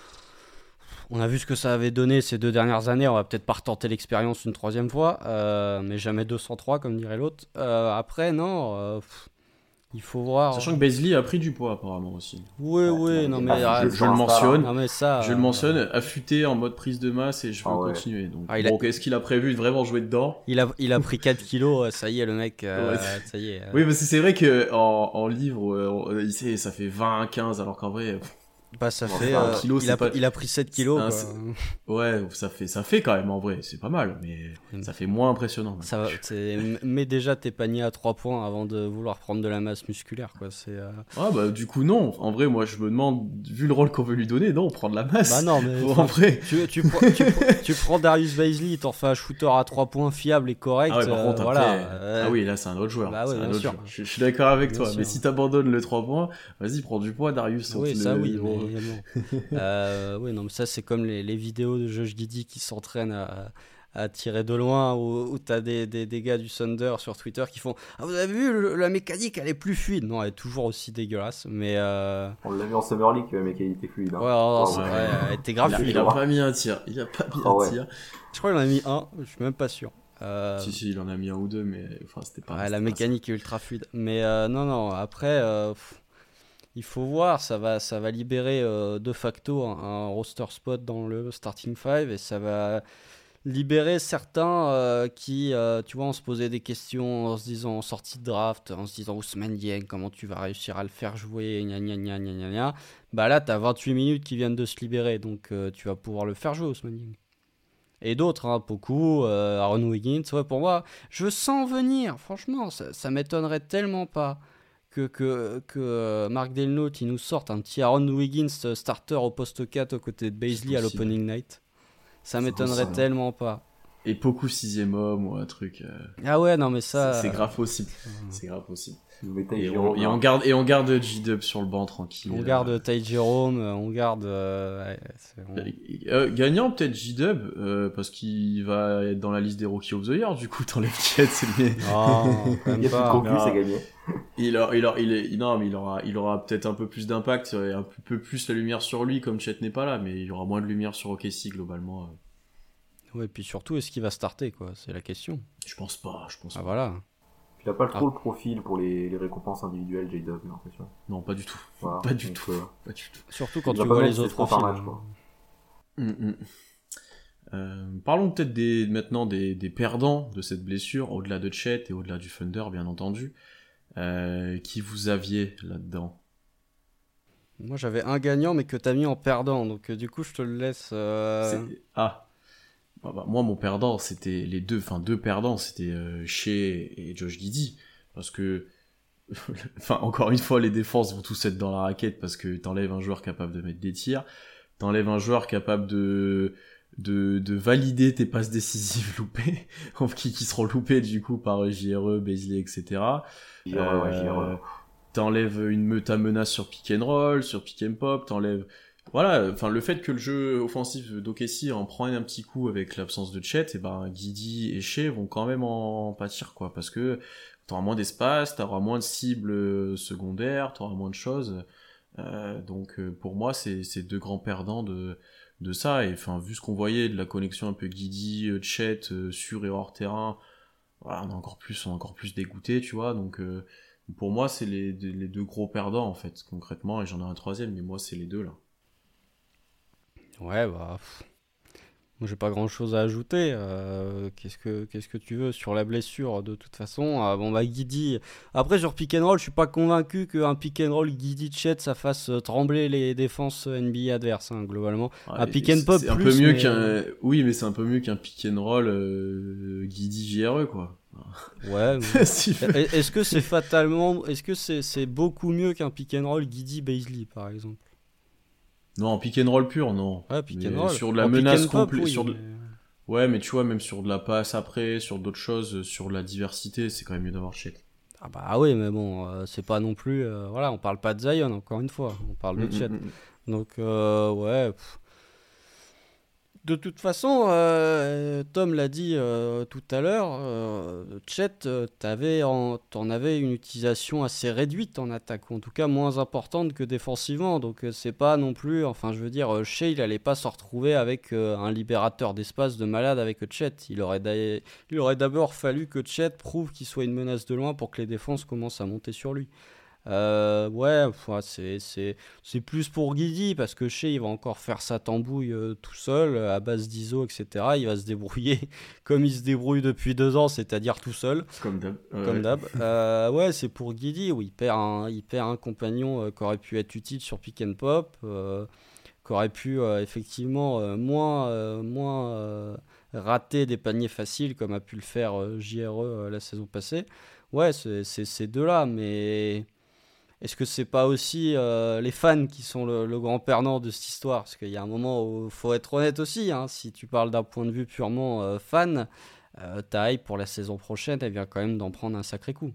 on a vu ce que ça avait donné ces deux dernières années. On va peut-être pas retenter l'expérience une troisième fois, euh, mais jamais deux cent trois, comme dirait l'autre. Euh, après, non. euh, pff, Il faut voir. Sachant que Beasley a pris du poids apparemment aussi. Oui, Ouais, oui, il non est mais, pas- ah, je, je- je le Insta, mentionne, non mais ça. je le euh, mentionne, affûté en mode prise de masse et je veux Ah ouais. continuer. Donc, Ah, il a- bon, est-ce qu'il a prévu de vraiment jouer dedans? Il a, il a pris quatre kilos, euh, ça y est, le mec. euh, Ouais. Ça y est. euh, Oui, parce que c'est vrai que en, en livre, euh, on- il sait, ça fait vingt, quinze, alors qu'en vrai, pff, Bah, ça Bon, fait. c'est pas un euh, kilo, il, c'est a, pas- il a pris sept kilos. Ah, quoi. c'est- ouais, ça fait, ça fait quand même en vrai, c'est pas mal, mais Oui. ça fait moins impressionnant. Ça va, c'est- mets déjà tes paniers à trois points avant de vouloir prendre de la masse musculaire, quoi. C'est. euh, Ah bah du coup non, en vrai moi je me demande, vu le rôle qu'on veut lui donner, non, on prend de la masse. Bah non, mais. en enfin, vrai. Tu, tu, prends, tu, prends- tu prends Darius Beasley, il t'en fait un shooter à trois points fiable et correct. Ah ouais, par euh, contre, voilà. après, euh, ah oui, là c'est un autre joueur. Bah c'est ouais, un bien autre sûr. joueur. Je, je suis d'accord avec Bien toi, mais sûr. si t'abandonnes le trois points, vas-y, prends du poids, Darius. Oui, saute ça le- oui, le- mais bon. euh, oui, non, mais ça c'est comme les, les vidéos de Josh Giddey qui s'entraînent à, à tirer de loin, où, où t'as des, des, des gars du Thunder sur Twitter qui font « Ah, vous avez vu, le- la mécanique elle est plus fluide ». Non, elle est toujours aussi dégueulasse, mais... Euh... On l'a vu en Summer League, le mec il était fluide. Hein. Ouais, non, Oh, c'est ouais. vrai, elle était grave Il a, fluide. il a pas mis un tir, il a pas mis Ah un ouais. tir. Je crois qu'il en a mis un, je suis même pas sûr. Euh, Si si, il en a mis un ou deux, mais enfin c'était pas. ouais, c'était la pas mécanique est ultra fluide. Mais euh, non, non, après, euh, pff, il faut voir, ça va, ça va libérer euh, de facto un, un roster spot dans le starting five et ça va libérer certains euh, qui, euh, tu vois, on se posait des questions en se disant en sortie de draft, en se disant Ousmane Dieng, comment tu vas réussir à le faire jouer, gna gna gna gna gna gna. Bah là, t'as vingt-huit minutes qui viennent de se libérer, donc euh, tu vas pouvoir le faire jouer, Ousmane Dieng. Et d'autres, hein, Poku, euh, Aaron Wiggins, ouais, pour moi, je sens venir, franchement, ça, ça m'étonnerait tellement pas que, que, que euh, Mark Delnote il nous sorte un petit Aaron Wiggins euh, starter au poste quatre aux côtés de Beasley à possible. l'opening night. Ça C'est m'étonnerait possible. tellement pas. Et beaucoup sixième homme ou un truc. euh, Ah ouais, non mais ça... c'est c'est grave possible. euh, C'est grave possible. Vous mettez Et Jérôme, on, et là. on garde et on garde J-Dub sur le banc tranquille. On euh, garde Ty Jerome, on garde... euh, ouais, c'est- on- Euh, gagnant peut-être J-Dub euh, parce qu'il va être dans la liste des Rookie of the Year. Du coup, t'enlèves Chet, c'est le Non, quand Il même y a plus de pas. concu, non. c'est gagné. Il aura, il aura, il est, non, mais il aura, il aura peut-être un peu plus d'impact, et un peu plus la lumière sur lui, comme Chet n'est pas là, mais il y aura moins de lumière sur O K C globalement. euh. Ouais, et puis surtout, est-ce qu'il va starter, quoi? C'est la question. Je pense pas, je pense Ah pas. voilà. Il a pas trop Ah. le profil pour les, les récompenses individuelles, J-Dub, j'ai l'impression. Non, pas du tout. Voilà. Pas du Donc, tout. euh, Pas du tout. Surtout quand Il va tu pas vois mettre les ses autres points par films. match, quoi. Hum, hum. Euh, parlons peut-être des, maintenant des, des perdants de cette blessure, au-delà de Chet et au-delà du Thunder, bien entendu. Euh, qui vous aviez là-dedans? Moi j'avais un gagnant mais que t'as mis en perdant, donc euh, du coup je te le laisse. euh, C'est- Ah, Bah, bah, moi mon perdant c'était les deux, enfin deux perdants, c'était euh, Shea et Josh Giddey, parce que, enfin encore une fois les défenses vont tous être dans la raquette parce que t'enlèves un joueur capable de mettre des tirs, t'enlèves un joueur capable de de, de valider tes passes décisives loupées, qui, qui seront loupées du coup par J R E, Bazley, et cetera. J R E, ouais, J R E. Euh, T'enlèves une me- ta menace sur pick and roll, sur pick and pop, t'enlèves... Voilà, enfin le fait que le jeu offensif d'O K C en prend un petit coup avec l'absence de Chet, et ben Giddey et Shea vont quand même en pâtir, quoi, parce que t'auras moins d'espace, t'auras moins de cibles secondaires, t'auras moins de choses. Euh, donc euh, pour moi c'est c'est deux grands perdants de de ça, et enfin vu ce qu'on voyait de la connexion un peu Giddey, Chet euh, sur et hors terrain, voilà, on est encore plus on est encore plus dégoûté, tu vois, donc euh, pour moi c'est les, les deux gros perdants en fait concrètement, et j'en ai un troisième, mais moi c'est les deux là. Ouais, bah. pff, Moi j'ai pas grand chose à ajouter. euh, qu'est-ce que qu'est-ce que tu veux sur la blessure de toute façon. Ah, bon bah Giddey. Après sur pick and roll, je suis pas convaincu qu'un pick and roll Giddey Chet ça fasse euh, trembler les défenses N B A adverses, hein, globalement. Ouais, Un pick and c'est- pop c'est un plus, peu mieux mais- qu'un oui, mais c'est un peu mieux qu'un pick and roll euh, Giddey J R E quoi. Ouais. mais- Si- Est- Est-ce que c'est fatalement, est-ce que c'est c'est beaucoup mieux qu'un pick and roll Giddey Bazley par exemple? Non, pick and roll pur, non. Ouais, pick Mais and roll. sur de la En pick menace and pop, complète, oui, sur de- mais- ouais, mais tu vois, même sur de la passe après, sur d'autres choses, sur la diversité, c'est quand même mieux d'avoir Chet. Ah bah oui, mais bon, euh, c'est pas non plus, euh, voilà, on parle pas de Zion encore une fois, on parle de Mm, Chet. mm, mm. Donc euh, ouais. pff. De toute façon, euh, Tom l'a dit euh, tout à l'heure, euh, Chet, euh, t'avais en- t'en avais une utilisation assez réduite en attaque, ou en tout cas moins importante que défensivement. Donc euh, c'est pas non plus, enfin je veux dire, euh, Shea il allait pas se retrouver avec euh, un libérateur d'espace de malade avec Chet. Il aurait d'a- il aurait d'abord fallu que Chet prouve qu'il soit une menace de loin pour que les défenses commencent à monter sur lui. Euh, ouais, enfin, c'est, c'est, c'est plus pour Giddey parce que Shea il va encore faire sa tambouille euh, tout seul euh, à base d'I S O, et cetera. Il va se débrouiller comme il se débrouille depuis deux ans, c'est-à-dire tout seul, Comme d'hab. Ouais. comme d'hab. Euh, ouais, c'est pour Giddey où il perd un, il perd un compagnon euh, qui aurait pu être utile sur pick and pop, euh, qui aurait pu euh, effectivement euh, moins, euh, moins euh, rater des paniers faciles comme a pu le faire euh, J R E euh, la saison passée. Ouais, c'est, c'est ces deux-là, mais. Est-ce que c'est pas aussi euh, les fans qui sont le, le grand perdant de cette histoire? Parce qu'il y a un moment où il faut être honnête aussi, hein, si tu parles d'un point de vue purement euh, fan, euh, ta hype pour la saison prochaine, elle vient quand même d'en prendre un sacré coup.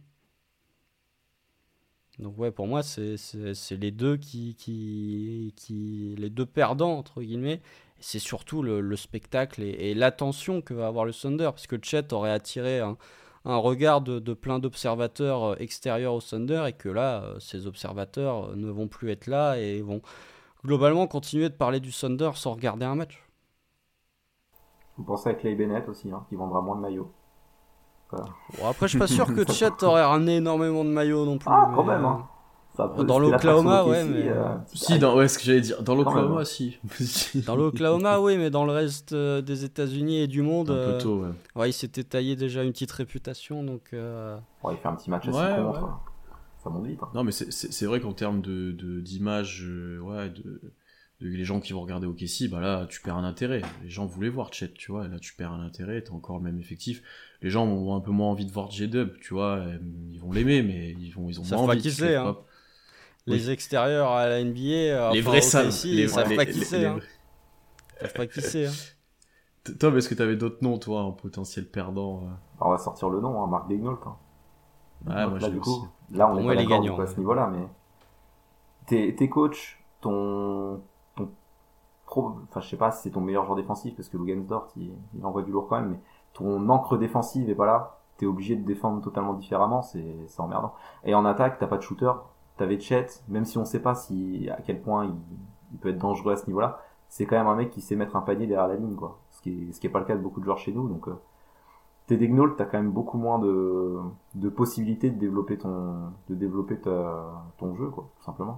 Donc ouais, pour moi, c'est, c'est, c'est les deux qui, qui, qui, les deux perdants entre guillemets. Et c'est surtout le, le spectacle et, et l'attention que va avoir le Thunder, parce que Chet aurait attiré un, un regard de, de plein d'observateurs euh, extérieurs au Thunder, et que là, euh, ces observateurs euh, ne vont plus être là et vont globalement continuer de parler du Thunder sans regarder un match. Vous pensez à Clay Bennett aussi, hein, qui vendra moins de maillots. Voilà. Bon, après, je suis pas sûr que Chet aurait ramené énormément de maillots non plus. Ah, quand mais, même, euh, hein. Ça peut- Dans c'était l'Oklahoma, l'attraction ouais, d'O K C, mais- euh, Si, dans, ouais, ce que j'allais dire. Dans Quand l'Oklahoma, même. si. Dans l'Oklahoma, oui, mais dans le reste euh, des États-Unis et du monde, Un euh, peu tôt, ouais. ouais, il s'était taillé déjà une petite réputation, donc. euh, Ouais, il fait un petit match à Ouais, six contre. ouais. Ça monte vite. Hein. Non, mais c'est- c'est c'est vrai qu'en termes de de- d'image, euh, ouais, de, de les gens qui vont regarder O K C, bah là, tu perds un intérêt. Les gens voulaient voir Chet, tu vois, et là, tu perds un intérêt, t'as encore le même effectif. Les gens ont un peu moins envie de voir J-Dub, tu vois, euh, ils vont l'aimer, mais ils vont, ils ont Ils savent moins pas envie. qui tu c'est, les hein. vois. Les extérieurs à la N B A, euh, Les enfin, vrais au savent. K C, les- ils savent les- pas qui les- c'est. les- hein. Ils savent pas qui c'est. hein. Tom, est-ce que t'avais d'autres noms, toi, en potentiel perdant euh Alors, on va sortir le nom, hein, Mark Daignault. Hein. Ouais, Donc moi, là, j'ai du aussi. coup, là, on Pour est moi, pas il est d'accord du gagnant, coup, à ouais. ce niveau-là, mais tes, tes coachs, ton, ton pro, enfin, je sais pas si c'est ton meilleur joueur défensif, parce que Lugensdort, il, il envoie du lourd quand même, mais ton encre défensive est pas là, t'es obligé de défendre totalement différemment, c'est, c'est emmerdant. Et en attaque, t'as pas de shooter, t'avais Chet, même si on sait pas si, à quel point il, il peut être dangereux à ce niveau-là, c'est quand même un mec qui sait mettre un panier derrière la ligne, quoi. Ce qui est, ce qui est pas le cas de beaucoup de joueurs chez nous, donc, euh, t'es Daigneault, t'as quand même beaucoup moins de, de possibilités de développer ton, de développer ta, ton jeu, quoi, tout simplement.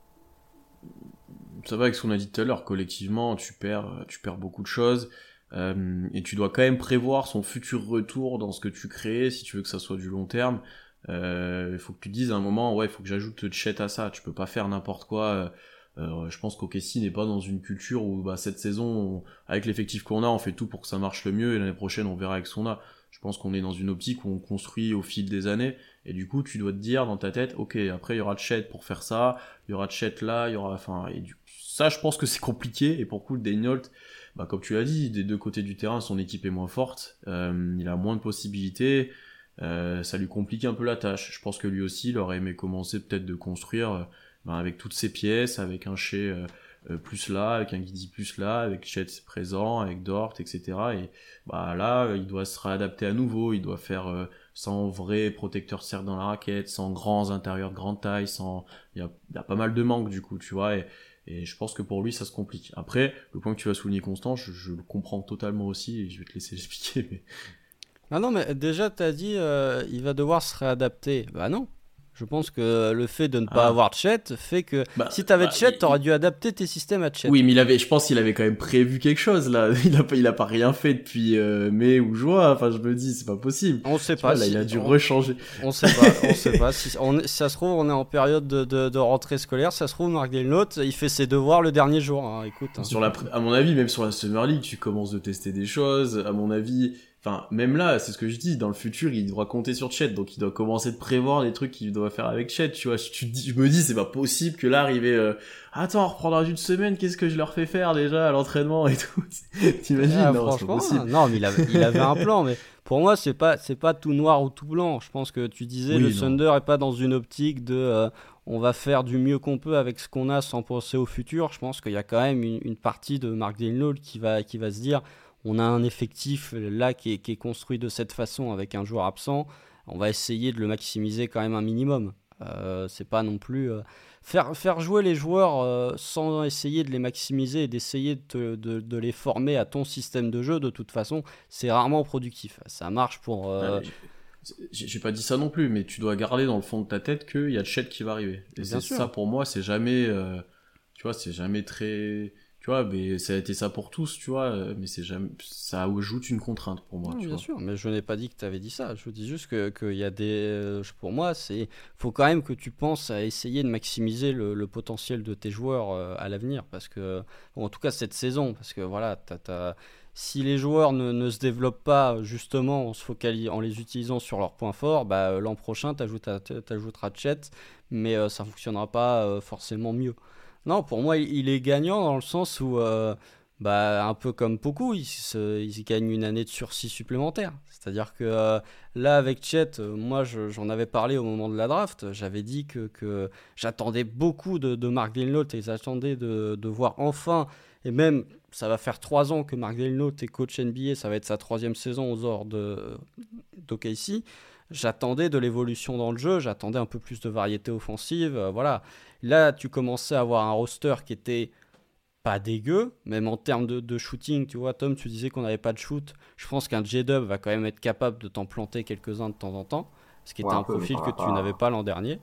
Ça va avec ce qu'on a dit tout à l'heure, collectivement, tu perds, tu perds beaucoup de choses, euh, et tu dois quand même prévoir son futur retour dans ce que tu crées, si tu veux que ça soit du long terme. Euh, il faut que tu te dises à un moment, ouais, il faut que j'ajoute Chet à ça, tu peux pas faire n'importe quoi. Euh, euh, je pense qu'O K C n'est pas dans une culture où, bah, cette saison, on, avec l'effectif qu'on a, on fait tout pour que ça marche le mieux, et l'année prochaine, on verra avec ce qu'on a. Je pense qu'on est dans une optique où on construit au fil des années, et du coup, tu dois te dire dans ta tête, ok, après, il y aura Chet pour faire ça, il y aura Chet là, il y aura, enfin, et du ça, je pense que c'est compliqué, et pour le coup, Daigneault, bah, comme tu l'as dit, des deux côtés du terrain, son équipe est moins forte, euh, il a moins de possibilités, euh, ça lui complique un peu la tâche. Je pense que lui aussi, il aurait aimé commencer peut-être de construire, euh, bah, avec toutes ses pièces, avec un Shea euh, euh, plus là, avec un Giddey plus là, avec Chet présent, avec Dort, et cetera. Et bah là, il doit se réadapter à nouveau, il doit faire euh, sans vrai protecteur cercle dans la raquette, sans grands intérieurs de grande taille, sans, il y a, il y a pas mal de manques du coup, tu vois. Et, Et je pense que pour lui, ça se complique. Après, le point que tu vas souligner, Constant, je, je le comprends totalement aussi, et je vais te laisser l'expliquer. Mais... Ah non, mais déjà, tu as dit, euh, il va devoir se réadapter. Bah non. Je pense que le fait de ne pas ah. avoir Chet fait que bah, si tu avais bah, Chet, il... tu aurais dû adapter tes systèmes à Chet. Oui, mais il avait, je pense qu'il avait quand même prévu quelque chose, là. Il a pas, il a pas rien fait depuis euh, mai ou juin. Enfin, je me dis, c'est pas possible. On sait tu pas. Vois, si... là, il a dû on... rechanger. On sait pas. On sait pas. Si, on... si ça se trouve, on est en période de, de, de rentrée scolaire. Si ça se trouve, Mark Daigneault, il fait ses devoirs le dernier jour. Hein. Écoute. Hein. Sur la, à mon avis, même sur la Summer League, tu commences de tester des choses. À mon avis, enfin, même là, c'est ce que je dis, dans le futur, il devra compter sur Chet, donc il doit commencer de prévoir les trucs qu'il doit faire avec Chet, tu vois. Je, tu, je me dis, c'est pas possible que là, arriver, euh, attends, on reprendra une semaine, qu'est-ce que je leur fais faire déjà à l'entraînement et tout. T'imagines? Ah, non, c'est pas possible. Non, mais il avait, il avait un plan, mais pour moi, c'est pas, c'est pas tout noir ou tout blanc. Je pense que tu disais, oui, le non. Thunder est pas dans une optique de, euh, on va faire du mieux qu'on peut avec ce qu'on a sans penser au futur. Je pense qu'il y a quand même une, une partie de Mark Daigneault qui va, qui va se dire, on a un effectif là qui est, qui est construit de cette façon avec un joueur absent. On va essayer de le maximiser quand même un minimum. Euh, c'est pas non plus euh, faire, faire jouer les joueurs euh, sans essayer de les maximiser et d'essayer de, te, de, de les former à ton système de jeu. De toute façon, c'est rarement productif. Ça marche pour. Euh... Ouais, j'ai, j'ai pas dit ça non plus, mais tu dois garder dans le fond de ta tête qu'il y a Chet qui va arriver. Et c'est ça pour moi, c'est jamais, euh, tu vois, c'est jamais très. Tu vois, mais ça a été ça pour tous, tu vois, mais c'est jamais, ça ajoute une contrainte pour moi. Non, tu bien vois. sûr, mais je n'ai pas dit que tu avais dit ça. Je dis juste que qu'il y a des, pour moi, c'est, faut quand même que tu penses à essayer de maximiser le, le potentiel de tes joueurs euh, à l'avenir, parce que, bon, en tout cas cette saison, parce que voilà, t'as, t'as, si les joueurs ne, ne se développent pas justement en se focalis, en les utilisant sur leurs points forts, bah l'an prochain t'ajouteras, t'ajouteras Chet, mais euh, ça fonctionnera pas euh, forcément mieux. Non, pour moi, il est gagnant dans le sens où, euh, bah, un peu comme Poku, il, se, il gagne une année de sursis supplémentaire. C'est-à-dire que euh, là, avec Chet, euh, moi, je, j'en avais parlé au moment de la draft. J'avais dit que, que j'attendais beaucoup de, de Mark Daigneault et j'attendais de, de voir enfin, et même, ça va faire trois ans que Mark Daigneault est coach N B A, ça va être sa troisième saison aux ordres de, d'O K C. J'attendais de l'évolution dans le jeu, j'attendais un peu plus de variété offensive, euh, voilà. Là, tu commençais à avoir un roster qui était pas dégueu, même en termes de, de shooting, tu vois, Tom, tu disais qu'on n'avait pas de shoot. Je pense qu'un J-Dub va quand même être capable de t'en planter quelques-uns de temps en temps, ce qui était ouais, un, un peu, profil que tu n'avais pas l'an dernier.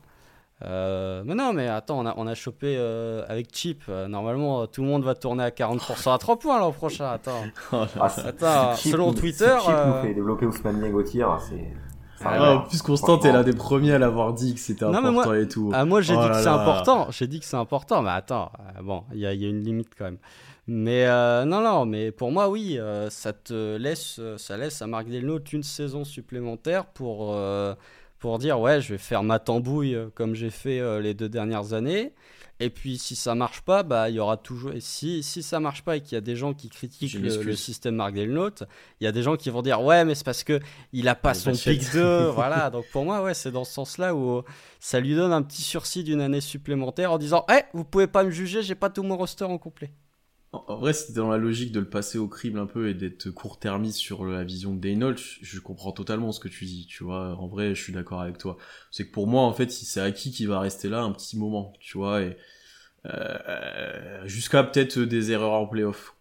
Euh, mais non, mais attends, on a, on a chopé euh, avec Chip. Euh, normalement, tout le monde va tourner à quarante pour cent à trois points l'an prochain. Attends, ah, attends Chip, selon Twitter. Si Chip euh... nous fait développer Ousmane Dieng, c'est. Ah, ah, en plus, Constant, t'es l'un des premiers à l'avoir dit que c'était non, important moi, et tout. Ah, moi, j'ai oh dit là que c'est là. important. J'ai dit que c'est important, mais attends, euh, bon, il y, y a une limite quand même. Mais euh, non, non, mais pour moi, oui, euh, ça te laisse, ça laisse à Mark Daigneault une saison supplémentaire pour, euh, pour dire, ouais, je vais faire ma tambouille comme j'ai fait euh, les deux dernières années. Et puis, si ça marche pas, bah, il y aura toujours. Et si, si ça marche pas et qu'il y a des gens qui critiquent le, le système Mark Daigneault, il y a des gens qui vont dire ouais, mais c'est parce que il a pas son pick deux, voilà. Donc pour moi, ouais, c'est dans ce sens-là où ça lui donne un petit sursis d'une année supplémentaire en disant, eh, hey, vous pouvez pas me juger, j'ai pas tout mon roster en complet. En vrai, si t'es dans la logique de le passer au crible un peu et d'être court-termiste sur la vision de Daigneault, je comprends totalement ce que tu dis, tu vois. En vrai, je suis d'accord avec toi. C'est que pour moi, en fait, si c'est acquis qui va rester là un petit moment, tu vois, et euh, jusqu'à peut-être des erreurs en play-off.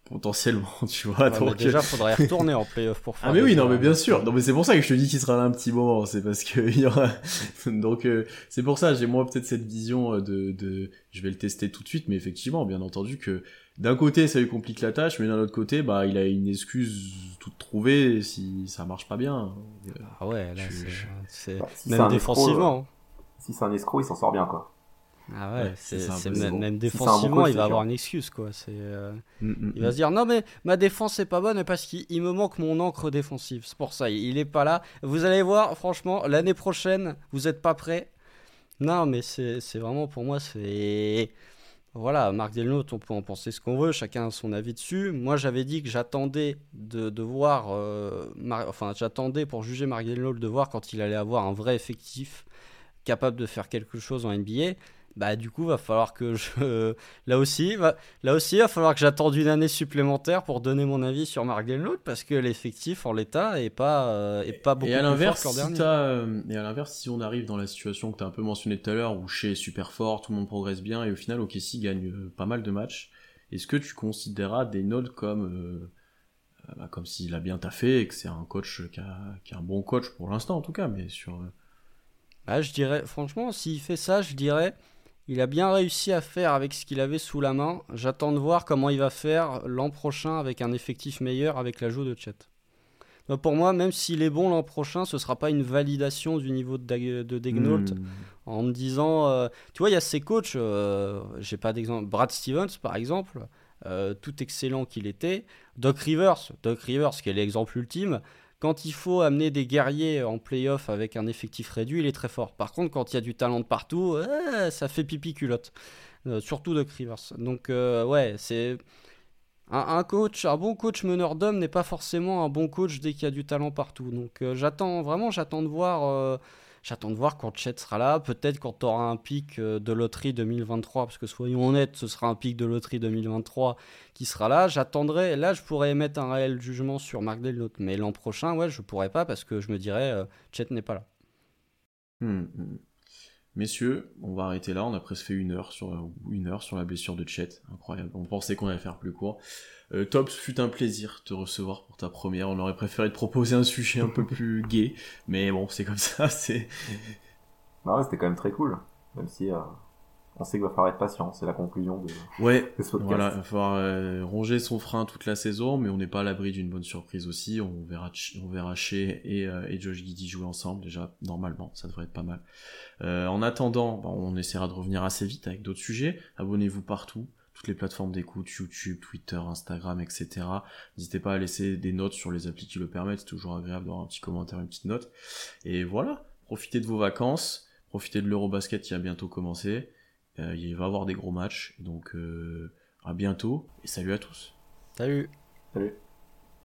potentiellement, tu vois. Ouais, donc, mais déjà, faudrait y retourner en play-off pour faire. Ah mais oui, non mais bien euh, sûr. Non mais c'est pour ça que je te dis qu'il sera là un petit moment. C'est parce que il y aura. Donc euh, c'est pour ça j'ai moi peut-être cette vision de de. Je vais le tester tout de suite, mais effectivement, bien entendu que d'un côté ça lui complique la tâche, mais d'un autre côté, bah il a une excuse toute trouvée si ça marche pas bien. Ah ouais, là Je- c'est, je- c'est... Bah, si c'est même un défensivement. Si c'est un escroc, il s'en sort bien, quoi. Ah ouais, Ouais, c'est, c'est ça, c'est un peu, même, c'est même bon. Si c'est un bon défensivement, coach, il va c'est avoir sûr. une excuse quoi. C'est, euh, Mm, mm, il va mm. se dire non mais ma défense c'est pas bonne parce qu'il il me manque mon encre défensive. C'est pour ça, il, il est pas là. Vous allez voir, franchement, l'année prochaine, vous êtes pas prêts. Non mais c'est, c'est vraiment pour moi c'est. Voilà, Mark Delnault, on peut en penser ce qu'on veut, chacun a son avis dessus. Moi, j'avais dit que j'attendais de, de voir, euh, Mar- enfin, j'attendais pour juger Mark Delnault de voir quand il allait avoir un vrai effectif capable de faire quelque chose en N B A. Bah, du coup, va falloir que je, là aussi, va, là aussi, va falloir que j'attende une année supplémentaire pour donner mon avis sur Mark Delnault parce que l'effectif en l'état est pas, euh, est pas beaucoup Et à plus fort l'inverse, que l'an si dernier. t'as, euh, et à l'inverse, si on arrive dans la situation que t'as un peu mentionné tout à l'heure, où Shea est super fort, tout le monde progresse bien, et au final, O K C gagne euh, pas mal de matchs, est-ce que tu considéreras des notes comme, euh, euh, bah, comme s'il a bien taffé et que c'est un coach qui a, qui a un bon coach pour l'instant en tout cas, mais sur. euh, Ah, je dirais, franchement, s'il fait ça, je dirais, il a bien réussi à faire avec ce qu'il avait sous la main. J'attends de voir comment il va faire l'an prochain avec un effectif meilleur avec l'ajout de Chet. Donc pour moi, même s'il est bon l'an prochain, ce sera pas une validation du niveau de, Dag- de Degnault hmm, en me disant, euh, tu vois, il y a ces coachs, euh, j'ai pas d'exemple, Brad Stevens par exemple, euh, tout excellent qu'il était, Doc Rivers, Doc Rivers qui est l'exemple ultime, quand il faut amener des guerriers en playoff avec un effectif réduit, il est très fort. Par contre, quand il y a du talent de partout, euh, ça fait pipi culotte. Euh, surtout Doc Rivers. Donc euh, ouais, c'est un, un coach, un bon coach meneur d'hommes n'est pas forcément un bon coach dès qu'il y a du talent partout. Donc euh, j'attends vraiment, j'attends de voir, euh, j'attends de voir quand Chet sera là. Peut-être quand tu auras un pic euh, de loterie deux mille vingt-trois, parce que soyons honnêtes, ce sera un pic de loterie deux mille vingt-trois qui sera là. J'attendrai, là je pourrais émettre un réel jugement sur Mark Delnault, mais l'an prochain, ouais, je pourrais pas parce que je me dirais, euh, Chet n'est pas là. hmm, hmm. Messieurs, on va arrêter là, on a presque fait une heure sur, une heure sur la blessure de Chet, incroyable, on pensait qu'on allait faire plus court. Euh, Top, ce fut un plaisir de te recevoir pour ta première, on aurait préféré te proposer un sujet un peu plus gai, mais bon, c'est comme ça, c'est... Bah ouais, c'était quand même très cool. Même si euh, on sait qu'il va falloir être patient, c'est la conclusion de, Ouais, de ce podcast. voilà, il va falloir euh, ronger son frein toute la saison, mais on n'est pas à l'abri d'une bonne surprise aussi, on verra, on verra Shea et, euh, et Josh Giddey jouer ensemble, déjà, normalement, ça devrait être pas mal. Euh, en attendant, bah, on essaiera de revenir assez vite avec d'autres sujets, abonnez-vous partout, toutes les plateformes d'écoute, YouTube, Twitter, Instagram, et cetera. N'hésitez pas à laisser des notes sur les applis qui le permettent, c'est toujours agréable d'avoir un petit commentaire, une petite note. Et voilà, profitez de vos vacances, profitez de l'Eurobasket qui a bientôt commencé, euh, il va y avoir des gros matchs, donc euh, à bientôt, et salut à tous. Salut! Salut.